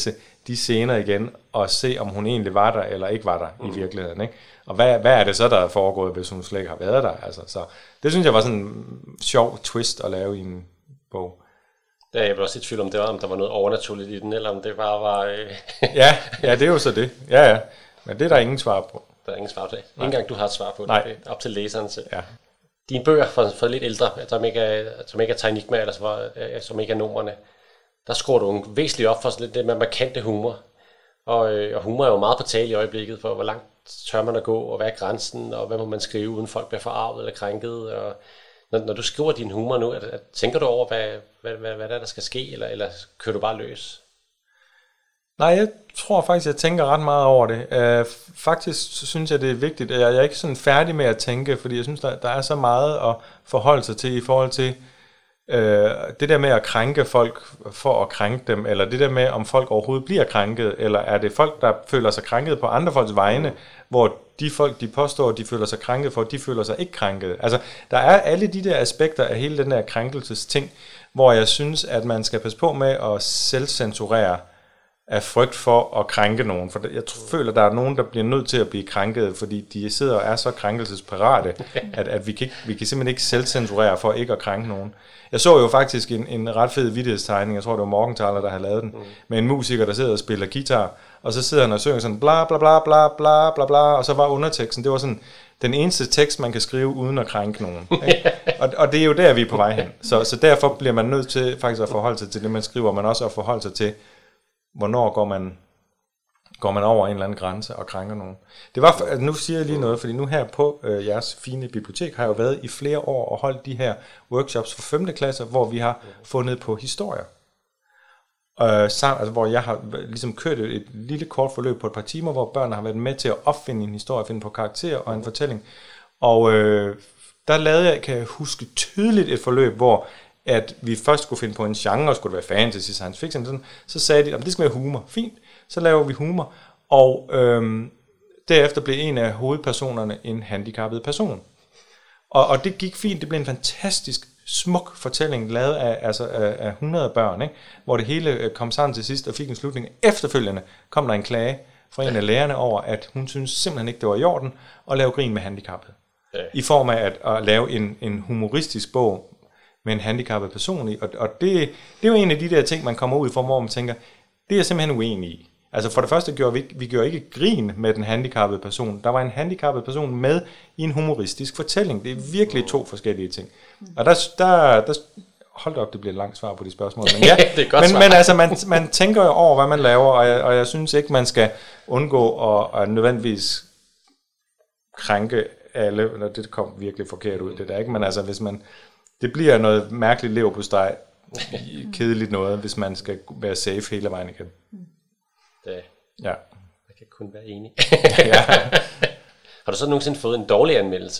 de scener igen, og se, om hun egentlig var der, eller ikke var der mm. i virkeligheden. Ikke? Og hvad, hvad er det så, der er foregået, hvis hun slet ikke har været der? Altså, så det synes jeg var sådan en sjov twist at lave i en bog. Ja, jeg blev også i tvivl om, det var, om der var noget overnaturligt i den, eller om det bare var... Øh... ja, ja, det er jo så det. Ja, ja. Men det er der ingen svar på. Der er ingen svar på det. Ingen gang du har et svar på det. Nej. Det er op til læseren selv. Ja. Dine bøger for, for lidt ældre, som ikke er, som ikke er Tainigma, eller som, som ikke er numrene, der skruer du væsentligt op for sådan lidt det med markante humor. Og, og humor er jo meget på tale i øjeblikket, for hvor langt tør man at gå, og hvad er grænsen, og hvad må man skrive, uden folk bliver forarvet eller krænket. Og når, når du skriver din humor nu, at, at, tænker du over, hvad, hvad, hvad, hvad der, der skal ske, eller, eller kører du bare løs? Nej, jeg tror faktisk, jeg tænker ret meget over det. Uh, faktisk synes jeg, det er vigtigt. Jeg er ikke sådan færdig med at tænke, fordi jeg synes, der, der er så meget at forholde sig til i forhold til uh, det der med at krænke folk for at krænke dem, eller det der med, om folk overhovedet bliver krænket, eller er det folk, der føler sig krænket på andre folks vegne, hvor de folk, de påstår, de føler sig krænket for, de føler sig ikke krænket. Altså, der er alle de der aspekter af hele den der krænkelsesting, hvor jeg synes, at man skal passe på med at selvcensurere af frygt for at krænke nogen. For jeg føler, at der er nogen, der bliver nødt til at blive krænket, fordi de sidder og er så krænkelsesparate, at, at vi, kan ikke, vi kan simpelthen ikke selvcensurere for ikke at krænke nogen. Jeg så jo faktisk en, en ret fed vittighedstegning, jeg tror det var Morgenthaler, der havde lavet den, mm. med en musiker, der sidder og spiller guitar, og så sidder han og synger sådan bla bla bla bla bla bla bla, og så var underteksten, det var sådan den eneste tekst, man kan skrive uden at krænke nogen. Ikke? Og, og det er jo der, vi er på vej hen. Så, så derfor bliver man nødt til faktisk at forholde sig til det, man skriver, men også at forholde sig til, hvornår går man, går man over en eller anden grænse og krænker nogen. Det var, for, nu siger jeg lige noget, fordi nu her på øh, jeres fine bibliotek har jeg jo været i flere år og holdt de her workshops for femte klasser, hvor vi har fundet på historier. Øh, sammen, altså, hvor jeg har ligesom kørt et lille kort forløb på et par timer, hvor børn har været med til at opfinde en historie, finde på karakterer og en fortælling. Og øh, der lavede jeg, kan jeg huske tydeligt, et forløb, hvor at vi først skulle finde på en genre, skulle det være fantasy, science fiction, sådan, så sagde de, at det skal være humor. Fint, så laver vi humor. Og øhm, derefter blev en af hovedpersonerne en handicappet person. Og, og det gik fint, det blev en fantastisk smuk fortælling, lavet af, altså, af, af hundrede børn, ikke? Hvor det hele kom sammen til sidst og fik en slutning. Efterfølgende kom der en klage fra en af lærerne over, at hun synes simpelthen ikke, det var i orden at lave grin med handicappet. Ja. I form af at, at lave en, en humoristisk bog med en handicappet person i. Og, og det, det er jo en af de der ting, man kommer ud for, hvor man tænker, det er jeg simpelthen uenig i. Altså for det første gjorde vi, vi gjorde ikke grin med den handicappede person. Der var en handicappet person med i en humoristisk fortælling. Det er virkelig to forskellige ting. Og der, der, der hold op, det bliver et langt svar på de spørgsmål. Men ja, det er godt men, svar. men altså, man, man tænker jo over, hvad man laver, og jeg, og jeg synes ikke, man skal undgå at, at nødvendigvis krænke alle. Det kom virkelig forkert ud, det der, ikke? Men altså, hvis man, det bliver noget mærkeligt leverpostej, kedeligt noget, hvis man skal være safe hele vejen igen. Det, ja. Jeg kan kun være enig. Ja. Har du så nogensinde fået en dårlig anmeldelse?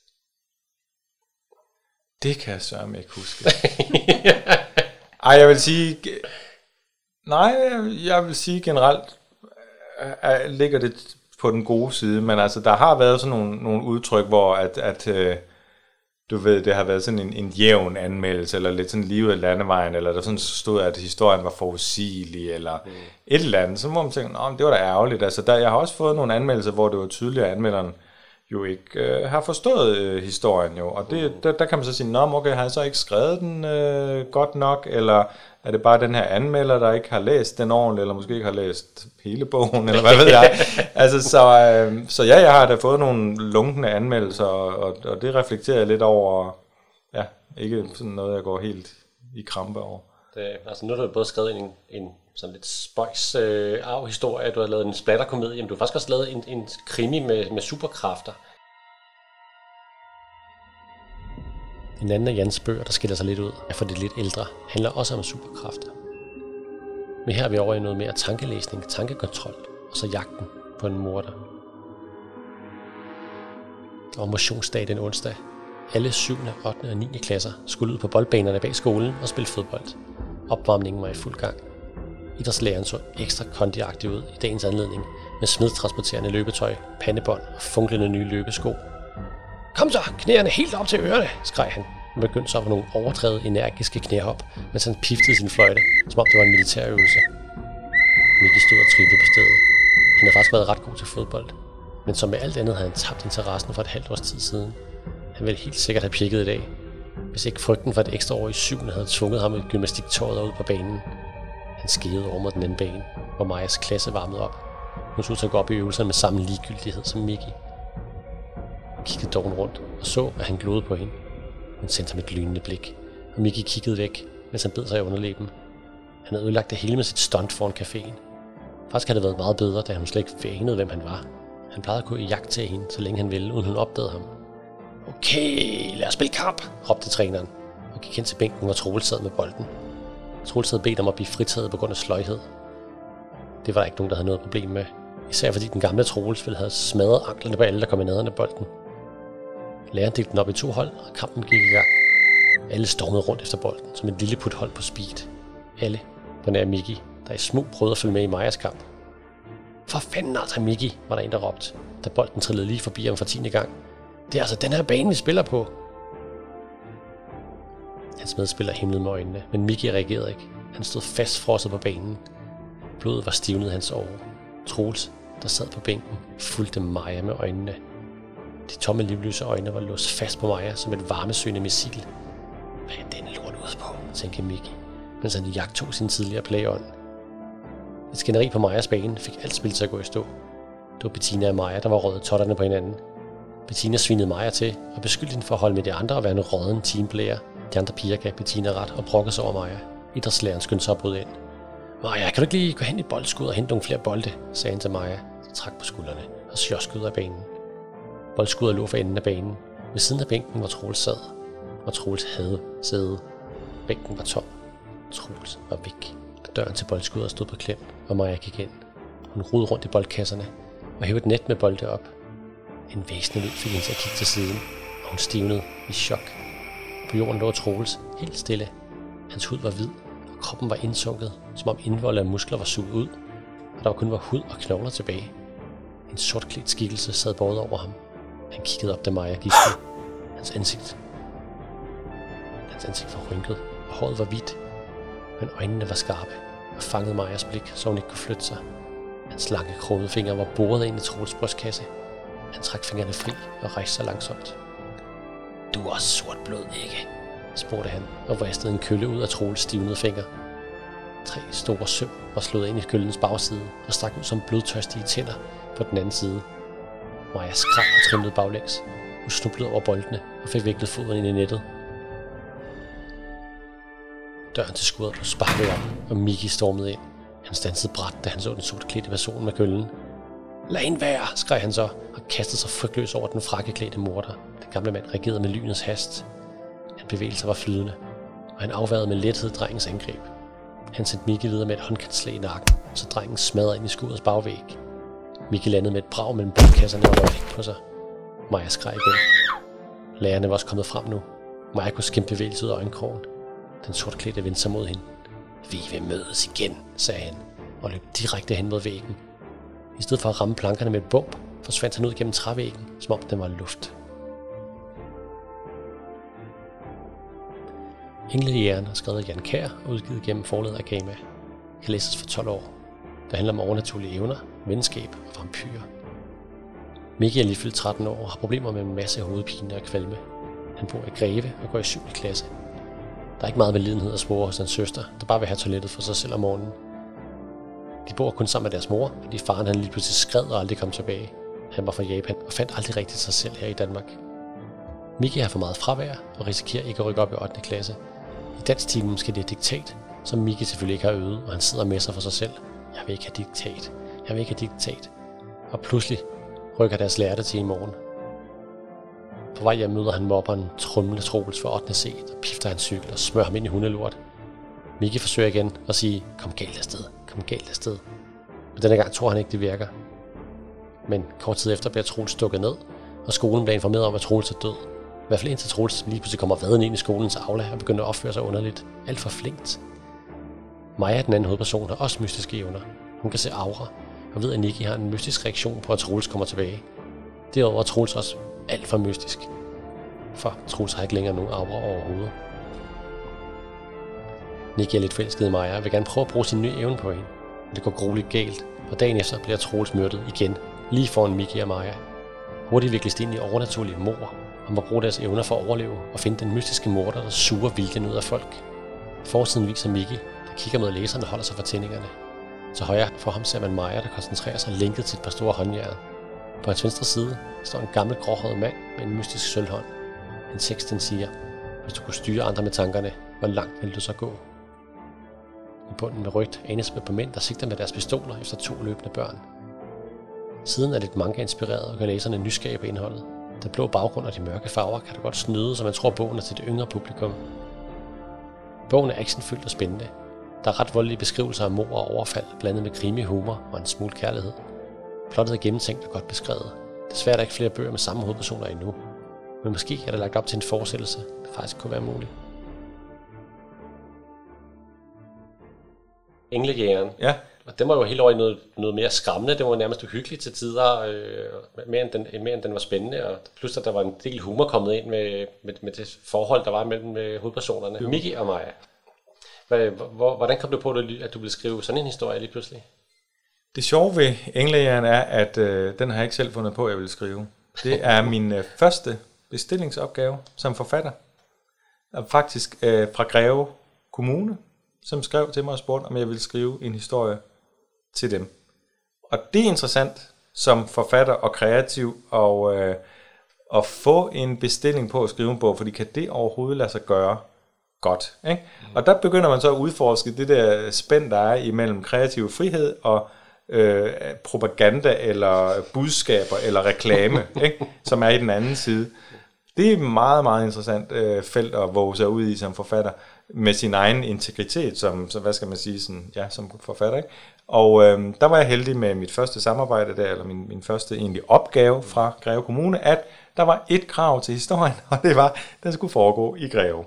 Det kan jeg sørge ikke huske. Ej, jeg vil sige... Nej, jeg vil sige generelt, at ligger det på den gode side, men altså, der har været sådan nogle, nogle udtryk, hvor at, at du ved, det har været sådan en, en jævn anmeldelse, eller lidt sådan livet af landevejen, eller der sådan stod, at historien var forudsigelig, eller mm. et eller andet, så må man tænke, nå, det var da ærgerligt. Altså, der, jeg har også fået nogle anmeldelser, hvor det var tydeligt, at anmelderen jo ikke øh, har forstået øh, historien jo, og det, der, der kan man så sige, nå, okay, har jeg så ikke skrevet den øh, godt nok, eller er det bare den her anmelder, der ikke har læst den ordentligt, eller måske ikke har læst hele bogen, eller hvad ved jeg. Altså, så, øh, så ja, jeg har da fået nogle lunkne anmeldelser, og, og, og det reflekterer jeg lidt over, ja, ikke sådan noget, jeg går helt i krampe over. Det, altså nu har du både skrevet en, en sådan lidt spøjs øh, arv-historie, du har lavet en splatterkomedie, men du har faktisk også lavet en, en krimi med, med superkræfter. En anden af Jans bøger, der skiller sig lidt ud, er for det lidt ældre, handler også om superkræfter. Men her er vi over i noget mere tankelæsning, tankekontrol, og så jagten på en morder. Og motionsdag den onsdag. Alle syvende, ottende og niende klasser skulle ud på boldbanerne bag skolen og spille fodbold. Opvarmningen var i fuld gang. Idrætslæreren så ekstra kondiagtig ud i dagens anledning med smidtransporterende løbetøj, pandebånd og funklende nye løbesko. Kom så, knæerne helt op til ørerne, skreg han. Han begyndte så på nogle overdrevet energiske knæhop, mens han piftede sin fløjte, som om det var en militærøvelse. Miki stod og trippede på stedet. Han havde faktisk været ret god til fodbold, men som med alt andet havde han tabt interessen for et halvt års tid siden. Han ville helt sikkert have pjekket i dag, hvis ikke frygten for et ekstra år i syvende havde tvunget ham i gymnastiktøjet ud på banen. Han skævede over mod den anden bane, hvor Majas klasse varmede op. Hun så til at gå op i øvelserne med samme ligegyldighed som Miki. Hun kiggede doven rundt og så, at han glodede på hende. Hun sendte ham et lynende blik, og Miki kiggede væk, mens han bed sig i underlæben. Han havde ødelagt det hele med sit stunt foran caféen. Faktisk havde det været meget bedre, da han slet ikke anede, hvem han var. Han plejede at gå i jagt til hende, så længe han ville, uden hun opdagede ham. Okay, lad os spille kamp, råbte træneren, og gik hen til bænken, hvor Troels sad med bolden. Troels havde bedt om at blive fritaget på grund af sløjhed. Det var der ikke nogen, der havde noget problem med, især fordi den gamle Troels ville have smadret anklerne på alle, der kom i nærheden af bolden. Læreren delte den op i to hold, og kampen gik i gang. Alle stormede rundt efter bolden, som et lille puthold på speed. Alle, på nær Miki, der i smug prøvede at følge med i Majas kamp. For fanden altså, Miki, var der en, der råbte, da bolden trillede lige forbi ham for tiende gang. Det er altså den her bane, vi spiller på. Hans medspiller himlede med øjnene, men Miki reagerede ikke. Han stod fastfrosset på banen. Blodet var stivnet i hans åre. Troels, der sad på bænken, fulgte Maja med øjnene. De tomme livløse øjne var låst fast på Maja som et varmesøgende missil. Hvad er denne lort ude på, tænkte Miki, mens han jagtog sin tidligere play-on. Et skænderi på Majas bane fik alt spil til at gå i stå. Det var Bettina og Maja, der var røget totterne på hinanden. Bettina svinede Maja til og beskyldte hende for at holde med de andre og være en rådden teamplayer. De andre piger gav Bettina ret og brokkede sig over Maja. Idrætslæreren skyndte sig at bryde ind. Maja, kan du ikke lige gå hen i et boldskud og hente nogle flere bolde, sagde han til Maja, der trak på skuldrene og sjoskede ud af banen. Boldskuddet lå for enden af banen. Ved siden af bænken, hvor Troels sad, og Troels havde sæde. Bænken var tom. Troels var væk. Døren til boldskuddet stod på klem, og Maja gik ind. Hun rodede rundt i boldkasserne og hævde et net med bolde op. En væsende lyd fik hende til at kigge til siden, og hun stivnede i chok. På jorden lå Troels helt stille. Hans hud var hvid, og kroppen var indsunket, som om indvold af muskler var suget ud, og der kun var hud og knogler tilbage. En sortklædt skikkelse sad båret over ham. Han kiggede op, da Maja gispede. Hans ansigt. Hans ansigt var rynket, og håret var hvidt, men øjnene var skarpe og fangede Majas blik, så hun ikke kunne flytte sig. Hans lange, krogede fingre var boret ind i Troels brystkasse. Han trak fingrene fri og rejste sig langsomt. Du er også sort blod, ikke? Spurgte han og vristede en kølle ud af Troels stivnede fingre. Tre store søm var slået ind i køllens bagside og stak ud som blodtørstige tænder på den anden side. Maja skreg og trimlede baglæns. Hun snublede over boldene og fik viklet foden ind i nettet. Døren til skuret blev sparket op, og Miki stormede ind. Han standsede brat, da han så den sortklædte person med køllen. Lad hende være, skreg han så, og kastede sig frygtløs over den frakkeklædte morder. Den gamle mand reagerede med lynets hast. Hans bevægelser var flydende, og han afværede med lethed drengens angreb. Han sendte Miki videre med et håndkantslag i nakken, så drengen smadrede ind i skurets bagvæg. Miki landede med et brag mellem boldkasserne og røg på sig. Maja skreg igen. Lærerne var også kommet frem nu. Maja kunne skimpe bevægelse ud af øjenkrogen. Den sortklædte vendte sig mod hende. Vi vil mødes igen, sagde han, og løb direkte hen mod væggen. I stedet for at ramme plankerne med et bump, forsvandt han ud gennem trævæggen, som om den var luft. Englejægeren har skrevet Jan Kjær og udgivet gennem forlaget Agama. Kan læses for tolv år. Det handler om overnaturlige evner, venskab og vampyrer. Miki er lige fyldt tretten år og har problemer med en masse hovedpine og kvalme. Han bor i Greve og går i syvende klasse. Der er ikke meget medlidenhed at spore hos hans søster, der bare vil have toilettet for sig selv om morgenen. De bor kun sammen med deres mor, fordi faren han lige pludselig skred og aldrig kom tilbage. Han var fra Japan og fandt aldrig rigtigt sig selv her i Danmark. Miki har for meget fravær og risikerer ikke at rykke op i ottende klasse. I dansktimen skal det have diktat, som Miki selvfølgelig ikke har øvet, og han sidder med sig for sig selv. Jeg vil ikke have diktat. Jeg vil ikke have diktat. Og pludselig rykker deres lærte til i morgen. På vej hjem møder han mobberen trumle Troels for ottende C, der pifter hans cykel og smører ham ind i hundelort. Miki forsøger igen at sige, kom galt afsted, kom galt afsted. Men denne gang tror han ikke, det virker. Men kort tid efter bliver Troels stukket ned, og skolen bliver informeret om, at Troels er død. I hvert fald indtil Troels lige pludselig kommer vaden ind i skolens aula og begynder at opføre sig underligt. Alt for flinkt. Maja, den anden hovedperson, har også mystiske evner. Hun kan se aura, og ved, at Nikki har en mystisk reaktion på, at Troels kommer tilbage. Derudover er Troels også alt for mystisk. For Troels har ikke længere nogen aura overhovedet. Nikki er lidt forelsket i Maja og vil gerne prøve at bruge sin nye evne på hende. Det går grueligt galt, og dagen efter bliver Troels myrdet igen, lige foran Miki og Maja. Hurtigt vikles de ind i overnaturlige mord, og må bruge deres evner for at overleve og finde den mystiske morder, der suger viljen ud af folk. Forsiden viser Miki, der kigger med læserne og holder sig for tændingerne. Til højre for ham ser man Maja, der koncentrerer sig lænket til et par store håndjern. På hans venstre side står en gammel gråhåret mand med en mystisk sølvhånd. En tekst, den siger: hvis du kunne styre andre med tankerne, hvor langt ville du så gå? I bunden med rødt anes med på mænd, der sigter med deres pistoler efter to løbende børn. Siden er lidt manga-inspireret og gør læserne nysgerrige på indholdet. Den blå baggrund og de mørke farver kan du godt snyde, så man tror bogen er til det yngre publikum. Bogen er actionfyldt og spændende. Der er ret voldelige beskrivelser af mord og overfald, blandet med krimi, humor og en smule kærlighed. Plottet er gennemtænkt og godt beskrevet. Desværre er der ikke flere bøger med samme hovedpersoner endnu. Men måske er der lagt op til en fortsættelse, der faktisk kunne være muligt. Englejægeren. Ja. Og den var jo helt over i noget, noget mere skræmmende. Det var nærmest uhyggeligt til tider, øh, mere, end den, mere end den var spændende. Og plus at der var en del humor kommet ind med, med, med det forhold, der var mellem øh, hovedpersonerne. Jo. Miki og Maja. Hvor, hvordan kom du på, at du ville skrive sådan en historie lige pludselig? Det sjove ved Englejægeren er, at øh, den har jeg ikke selv fundet på, at jeg ville skrive. Det er min øh, første bestillingsopgave som forfatter. Og faktisk øh, fra Greve Kommune, som skrev til mig og spurgte, om jeg ville skrive en historie til dem. Og det er interessant som forfatter og kreativ og, øh, at få en bestilling på at skrive en bog, fordi kan det overhovedet lade sig gøre godt. Ikke? Mm. Og der begynder man så at udforske det der spænd, der er imellem kreativ frihed og øh, propaganda eller budskaber eller reklame, ikke? Som er i den anden side. Det er et meget, meget interessant øh, felt at våge sig ud i som forfatter, med sin egen integritet som, så hvad skal man sige, sådan, ja, som forfatter. Ikke? Og øh, der var jeg heldig med mit første samarbejde der, eller min, min første egentlig opgave fra Greve Kommune, at der var et krav til historien, og det var, at den skulle foregå i Greve.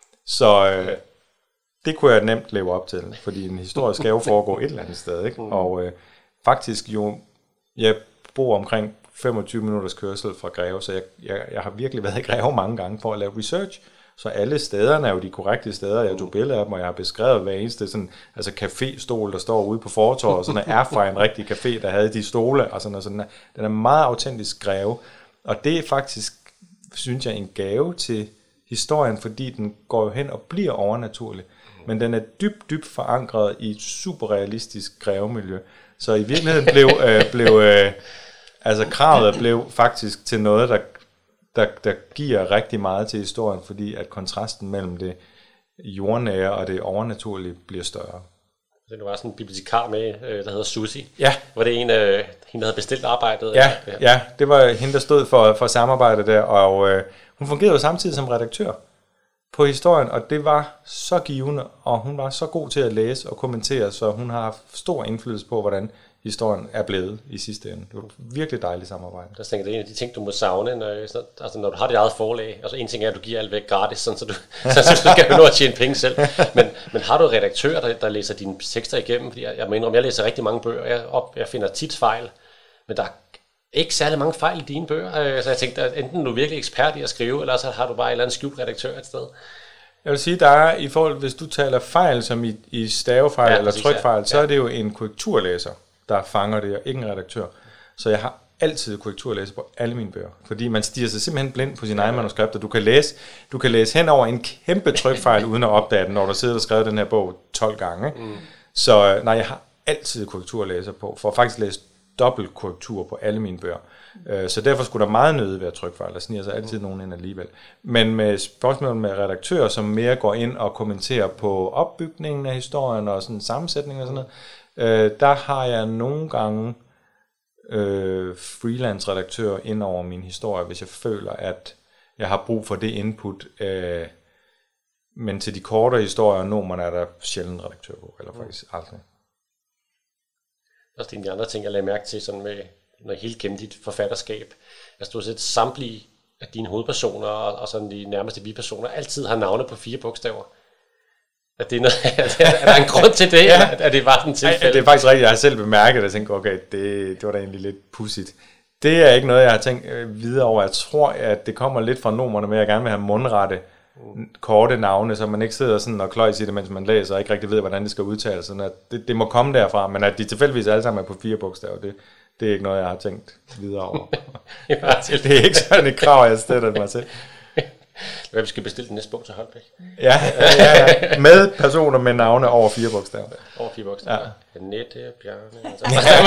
Så øh, det kunne jeg nemt leve op til, fordi en historie skal jo foregå et eller andet sted. Ikke? Og øh, faktisk jo, jeg bor omkring femogtyve minutters kørsel fra Greve, så jeg, jeg, jeg har virkelig været i Greve mange gange for at lave research. Så alle stederne er jo de korrekte steder. Jeg tog billeder af dem, og jeg har beskrevet hver eneste sådan, altså café-stol, der står ude på fortorvet, og sådan en er fra en rigtig café, der havde de stole, og sådan, og sådan. Den er meget autentisk Greve. Og det er faktisk, synes jeg, en gave til historien, fordi den går jo hen og bliver overnaturlig. Men den er dybt, dybt forankret i et superrealistisk Greve-miljø. Så i virkeligheden blev, øh, blev øh, altså kravet blev faktisk til noget, der Der, der giver rigtig meget til historien, fordi at kontrasten mellem det jordnære og det overnaturlige bliver større. Så der var sådan en bibliotekar med, der hedder Susi. Ja. Var det en af hende, der havde bestilt arbejdet? Ja, ja. ja, det var hende, der stod for, for samarbejdet der, og øh, hun fungerede jo samtidig som redaktør på historien, og det var så givende, og hun var så god til at læse og kommentere, så hun har haft stor indflydelse på, hvordan historien er blevet i sidste ende. Det var virkelig dejligt samarbejde. Jeg tænker, det er en af de ting, du må savne, når, altså, når du har dit eget forlag. Altså en ting er, at du giver alt væk gratis, sådan, så, du, så, så du skal nå at tjene penge selv. Men, men har du redaktør, der, der læser dine tekster igennem? Fordi jeg, jeg mener, om jeg læser rigtig mange bøger, jeg, op, jeg finder tit fejl, men der er ikke særlig mange fejl i dine bøger. Så jeg tænkte, at enten er du virkelig ekspert i at skrive, eller så har du bare en eller anden skjult redaktør et sted. Jeg vil sige, der er i forhold, hvis du taler fejl, som i, i stavefejl ja, eller trykfejl, ja. Så er det jo en korrekturlæser, der fanger det, og ikke en redaktør. Så jeg har altid korrekturlæser på alle mine bøger, fordi man stiger sig simpelthen blind på sine egne manuskripter. Du kan læse, du kan læse hen over en kæmpe trykfejl, uden at opdage den, når du sidder og skriver den her bog tolv gange. Mm. Så nej, jeg har altid korrekturlæser på, for at faktisk læse dobbelt korrektur på alle mine bøger. Så derfor skulle der meget nødig være trykfejl. Der sniger sig altid nogen ind alligevel. Men med spørgsmålet med redaktører, som mere går ind og kommenterer på opbygningen af historien og sådan sammensætning og sådan noget, Øh, der har jeg nogle gange øh, freelance-redaktører ind over min historie, hvis jeg føler, at jeg har brug for det input. Øh, men til de korte historier, når man er der sjældent redaktør på, eller faktisk aldrig. Også en af de andre ting, jeg lagde mærke til, sådan med, når helt gennem dit forfatterskab, at du har set samtlige af dine hovedpersoner, og, og sådan de nærmeste bipersoner, altid har navne på fire bogstaver. Er, det noget, er der en grund til det, ja. Eller er det bare sådan en tilfælde? Ja, det er faktisk rigtigt. Jeg har selv bemærket det, og tænkt, okay, det, det var da egentlig lidt pudsigt. Det er ikke noget, jeg har tænkt videre over. Jeg tror, at det kommer lidt fra nomerne med, at jeg gerne vil have mundrette korte navne, så man ikke sidder sådan og kløjs i det, mens man læser, og ikke rigtig ved, hvordan det skal udtales. Sådan at det, det må komme derfra, men at de tilfældigvis alle sammen er på fire bogstaver, det, det er ikke noget, jeg har tænkt videre over. Det er ikke sådan et krav, jeg stiller mig selv. Vi skal bestille den næste bog til Holbæk. Ja, ja, ja, med personer med navne over fire bogstaver. Over fire bogstaver. Ja. Annette, Bjarne. Altså.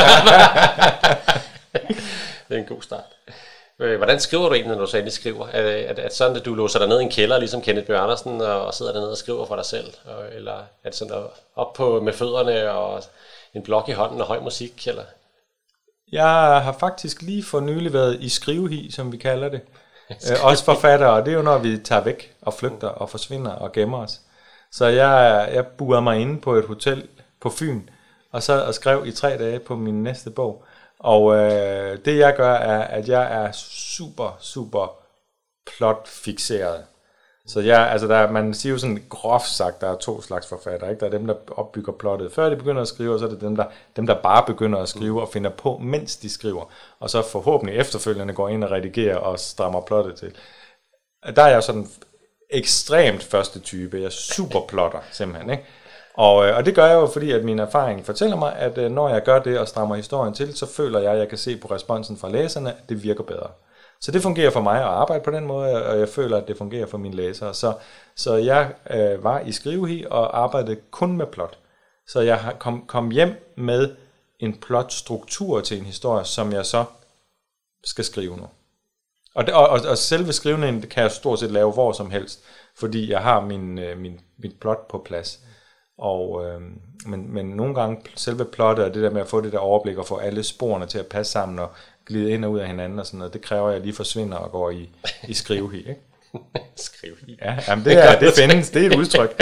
Det er en god start. Hvordan skriver du egentlig, når du så endelig skriver? Er det, er det sådan, at du låser dig ned i en kælder, ligesom Kenneth Bøgh Andersen, og sidder dernede og skriver for dig selv? Eller er det sådan op på med fødderne og en blok i hånden og høj musik? Eller? Jeg har faktisk lige for nylig været i skrivehi, som vi kalder det. Øh, også forfattere, og det er jo når vi tager væk og flygter og forsvinder og gemmer os. Så jeg, jeg burede mig inde på et hotel på Fyn, og så og skrev i tre dage på min næste bog. Og øh, det jeg gør er, at jeg er super, super plot-fixeret. Så jeg, altså der, man siger jo sådan groft sagt, der er to slags forfattere, ikke? Der er dem, der opbygger plottet, før de begynder at skrive, og så er det dem, der, dem, der bare begynder at skrive og finder på, mens de skriver. Og så forhåbentlig efterfølgende går ind og redigerer og strammer plottet til. Der er jeg sådan ekstremt første type. Jeg er super plotter, simpelthen, ikke? Og, og det gør jeg jo, fordi at min erfaring fortæller mig, at når jeg gør det og strammer historien til, så føler jeg, at jeg kan se på responsen fra læserne, at det virker bedre. Så det fungerer for mig at arbejde på den måde, og jeg føler, at det fungerer for mine læsere. Så, så jeg øh, var i skrivehi og arbejdede kun med plot. Så jeg kom, kom hjem med en plotstruktur til en historie, som jeg så skal skrive nu. Og, det, og, og selve skrivningen kan jeg stort set lave hvor som helst, fordi jeg har min, øh, min, mit plot på plads. Og, øh, men, men nogle gange selve plottet og det der med at få det der overblik og få alle sporene til at passe sammen og glide ind og ud af hinanden og sådan noget, det kræver, at jeg lige forsvinder og går i, i skrivehi, ikke? Skrivehi? Ja, jamen det, er, det findes, det er et udtryk.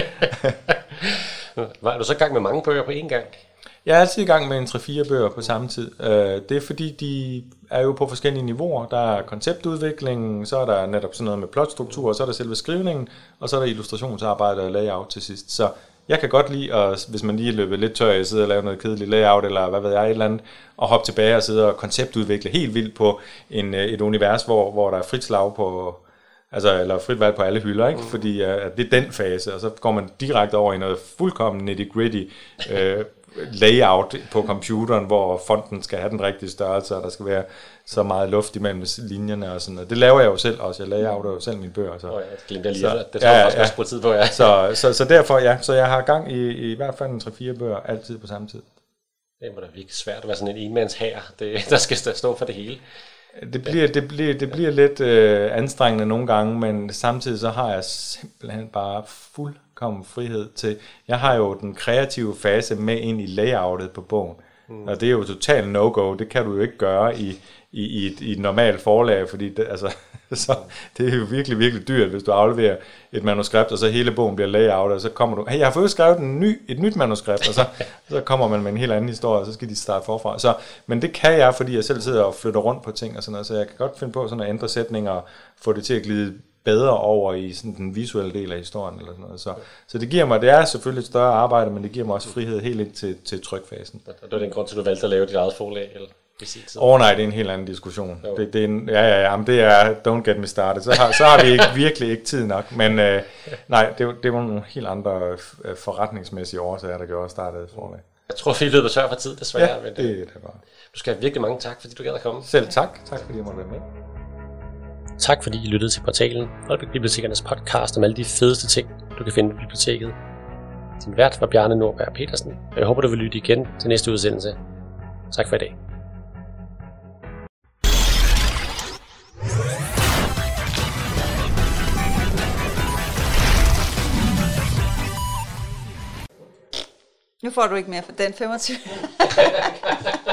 Var du så i gang med mange bøger på én gang? Jeg er altid i gang med en tre-fire bøger på samme tid. Det er fordi, de er jo på forskellige niveauer. Der er konceptudviklingen, så er der netop sådan noget med plotstruktur, og så er der selve skrivningen, og så er der illustrationsarbejde og layout til sidst. Så jeg kan godt lide, at, hvis man lige er løbet lidt tør i at sidde og lave noget kedeligt layout, eller hvad ved jeg, et eller andet, og hoppe tilbage og sidde og konceptudvikle helt vildt på en, et univers, hvor, hvor der er frit slag på, altså, eller frit valg på alle hylder, ikke? Mm. Fordi uh, det er den fase, og så går man direkte over i noget fuldkommen nitty-gritty uh, layout på computeren, hvor fonten skal have den rigtige størrelse, og der skal være så meget luft imellem linjerne og sådan noget. Det laver jeg jo selv også. Jeg layouter jo selv mine bøger. Så. Oh ja, det glemte jeg lige. Så, det tror jeg ja, også, ja. Også på tid på, ja. Så, så, så derfor, ja. Så jeg har gang i, i hvert fald en tre-fire bøger altid på samme tid. Det må da virkelig svært at være sådan en enmandshær, der skal stå for det hele. Det bliver, det bliver, det bliver lidt øh, anstrengende nogle gange, men samtidig så har jeg simpelthen bare fuldkommen frihed til. Jeg har jo den kreative fase med ind i layoutet på bogen. Mm. Og det er jo totalt no-go. Det kan du jo ikke gøre i, i, i, et, i et normalt forlag, fordi det, altså, så, det er jo virkelig, virkelig dyrt, hvis du afleverer et manuskript, og så hele bogen bliver layoutet, og så kommer du, hey, jeg har fået skrevet en ny, et nyt manuskript, og så, så kommer man med en helt anden historie, og så skal de starte forfra. Så, men det kan jeg, fordi jeg selv sidder og flytter rundt på ting og sådan noget, så jeg kan godt finde på sådan at ændre sætninger, og få det til at glide bedre over i sådan den visuelle del af historien eller sådan noget. Så, så det giver mig, det er selvfølgelig et større arbejde, men det giver mig også frihed helt ind til, til trykfasen. Og det er den grund til, at du valgte at lave dit eget forlag, eller? Åh oh, nej, det er en helt anden diskussion. Det, det er en, ja, ja, ja, men det er, don't get me started. Så har, så har vi ikke, virkelig ikke tid nok. Men øh, nej, det, det var nogle helt andre forretningsmæssige årsager, der gjorde at starte et forlag. Jeg tror, vi løber tør for tid, desværre. Ja, det, det er det bare. Du skal have virkelig mange tak, fordi du gad at komme. Selv tak. Tak, fordi jeg måtte være med. Tak fordi I lyttede til portalen Holbæk Bibliotekernes podcast om alle de fedeste ting, du kan finde på biblioteket. Din vært var Bjarne Nordberg Petersen, og jeg håber, du vil lytte igen til næste udsendelse. Tak for i dag. Nu får du ikke mere for den femogtyve.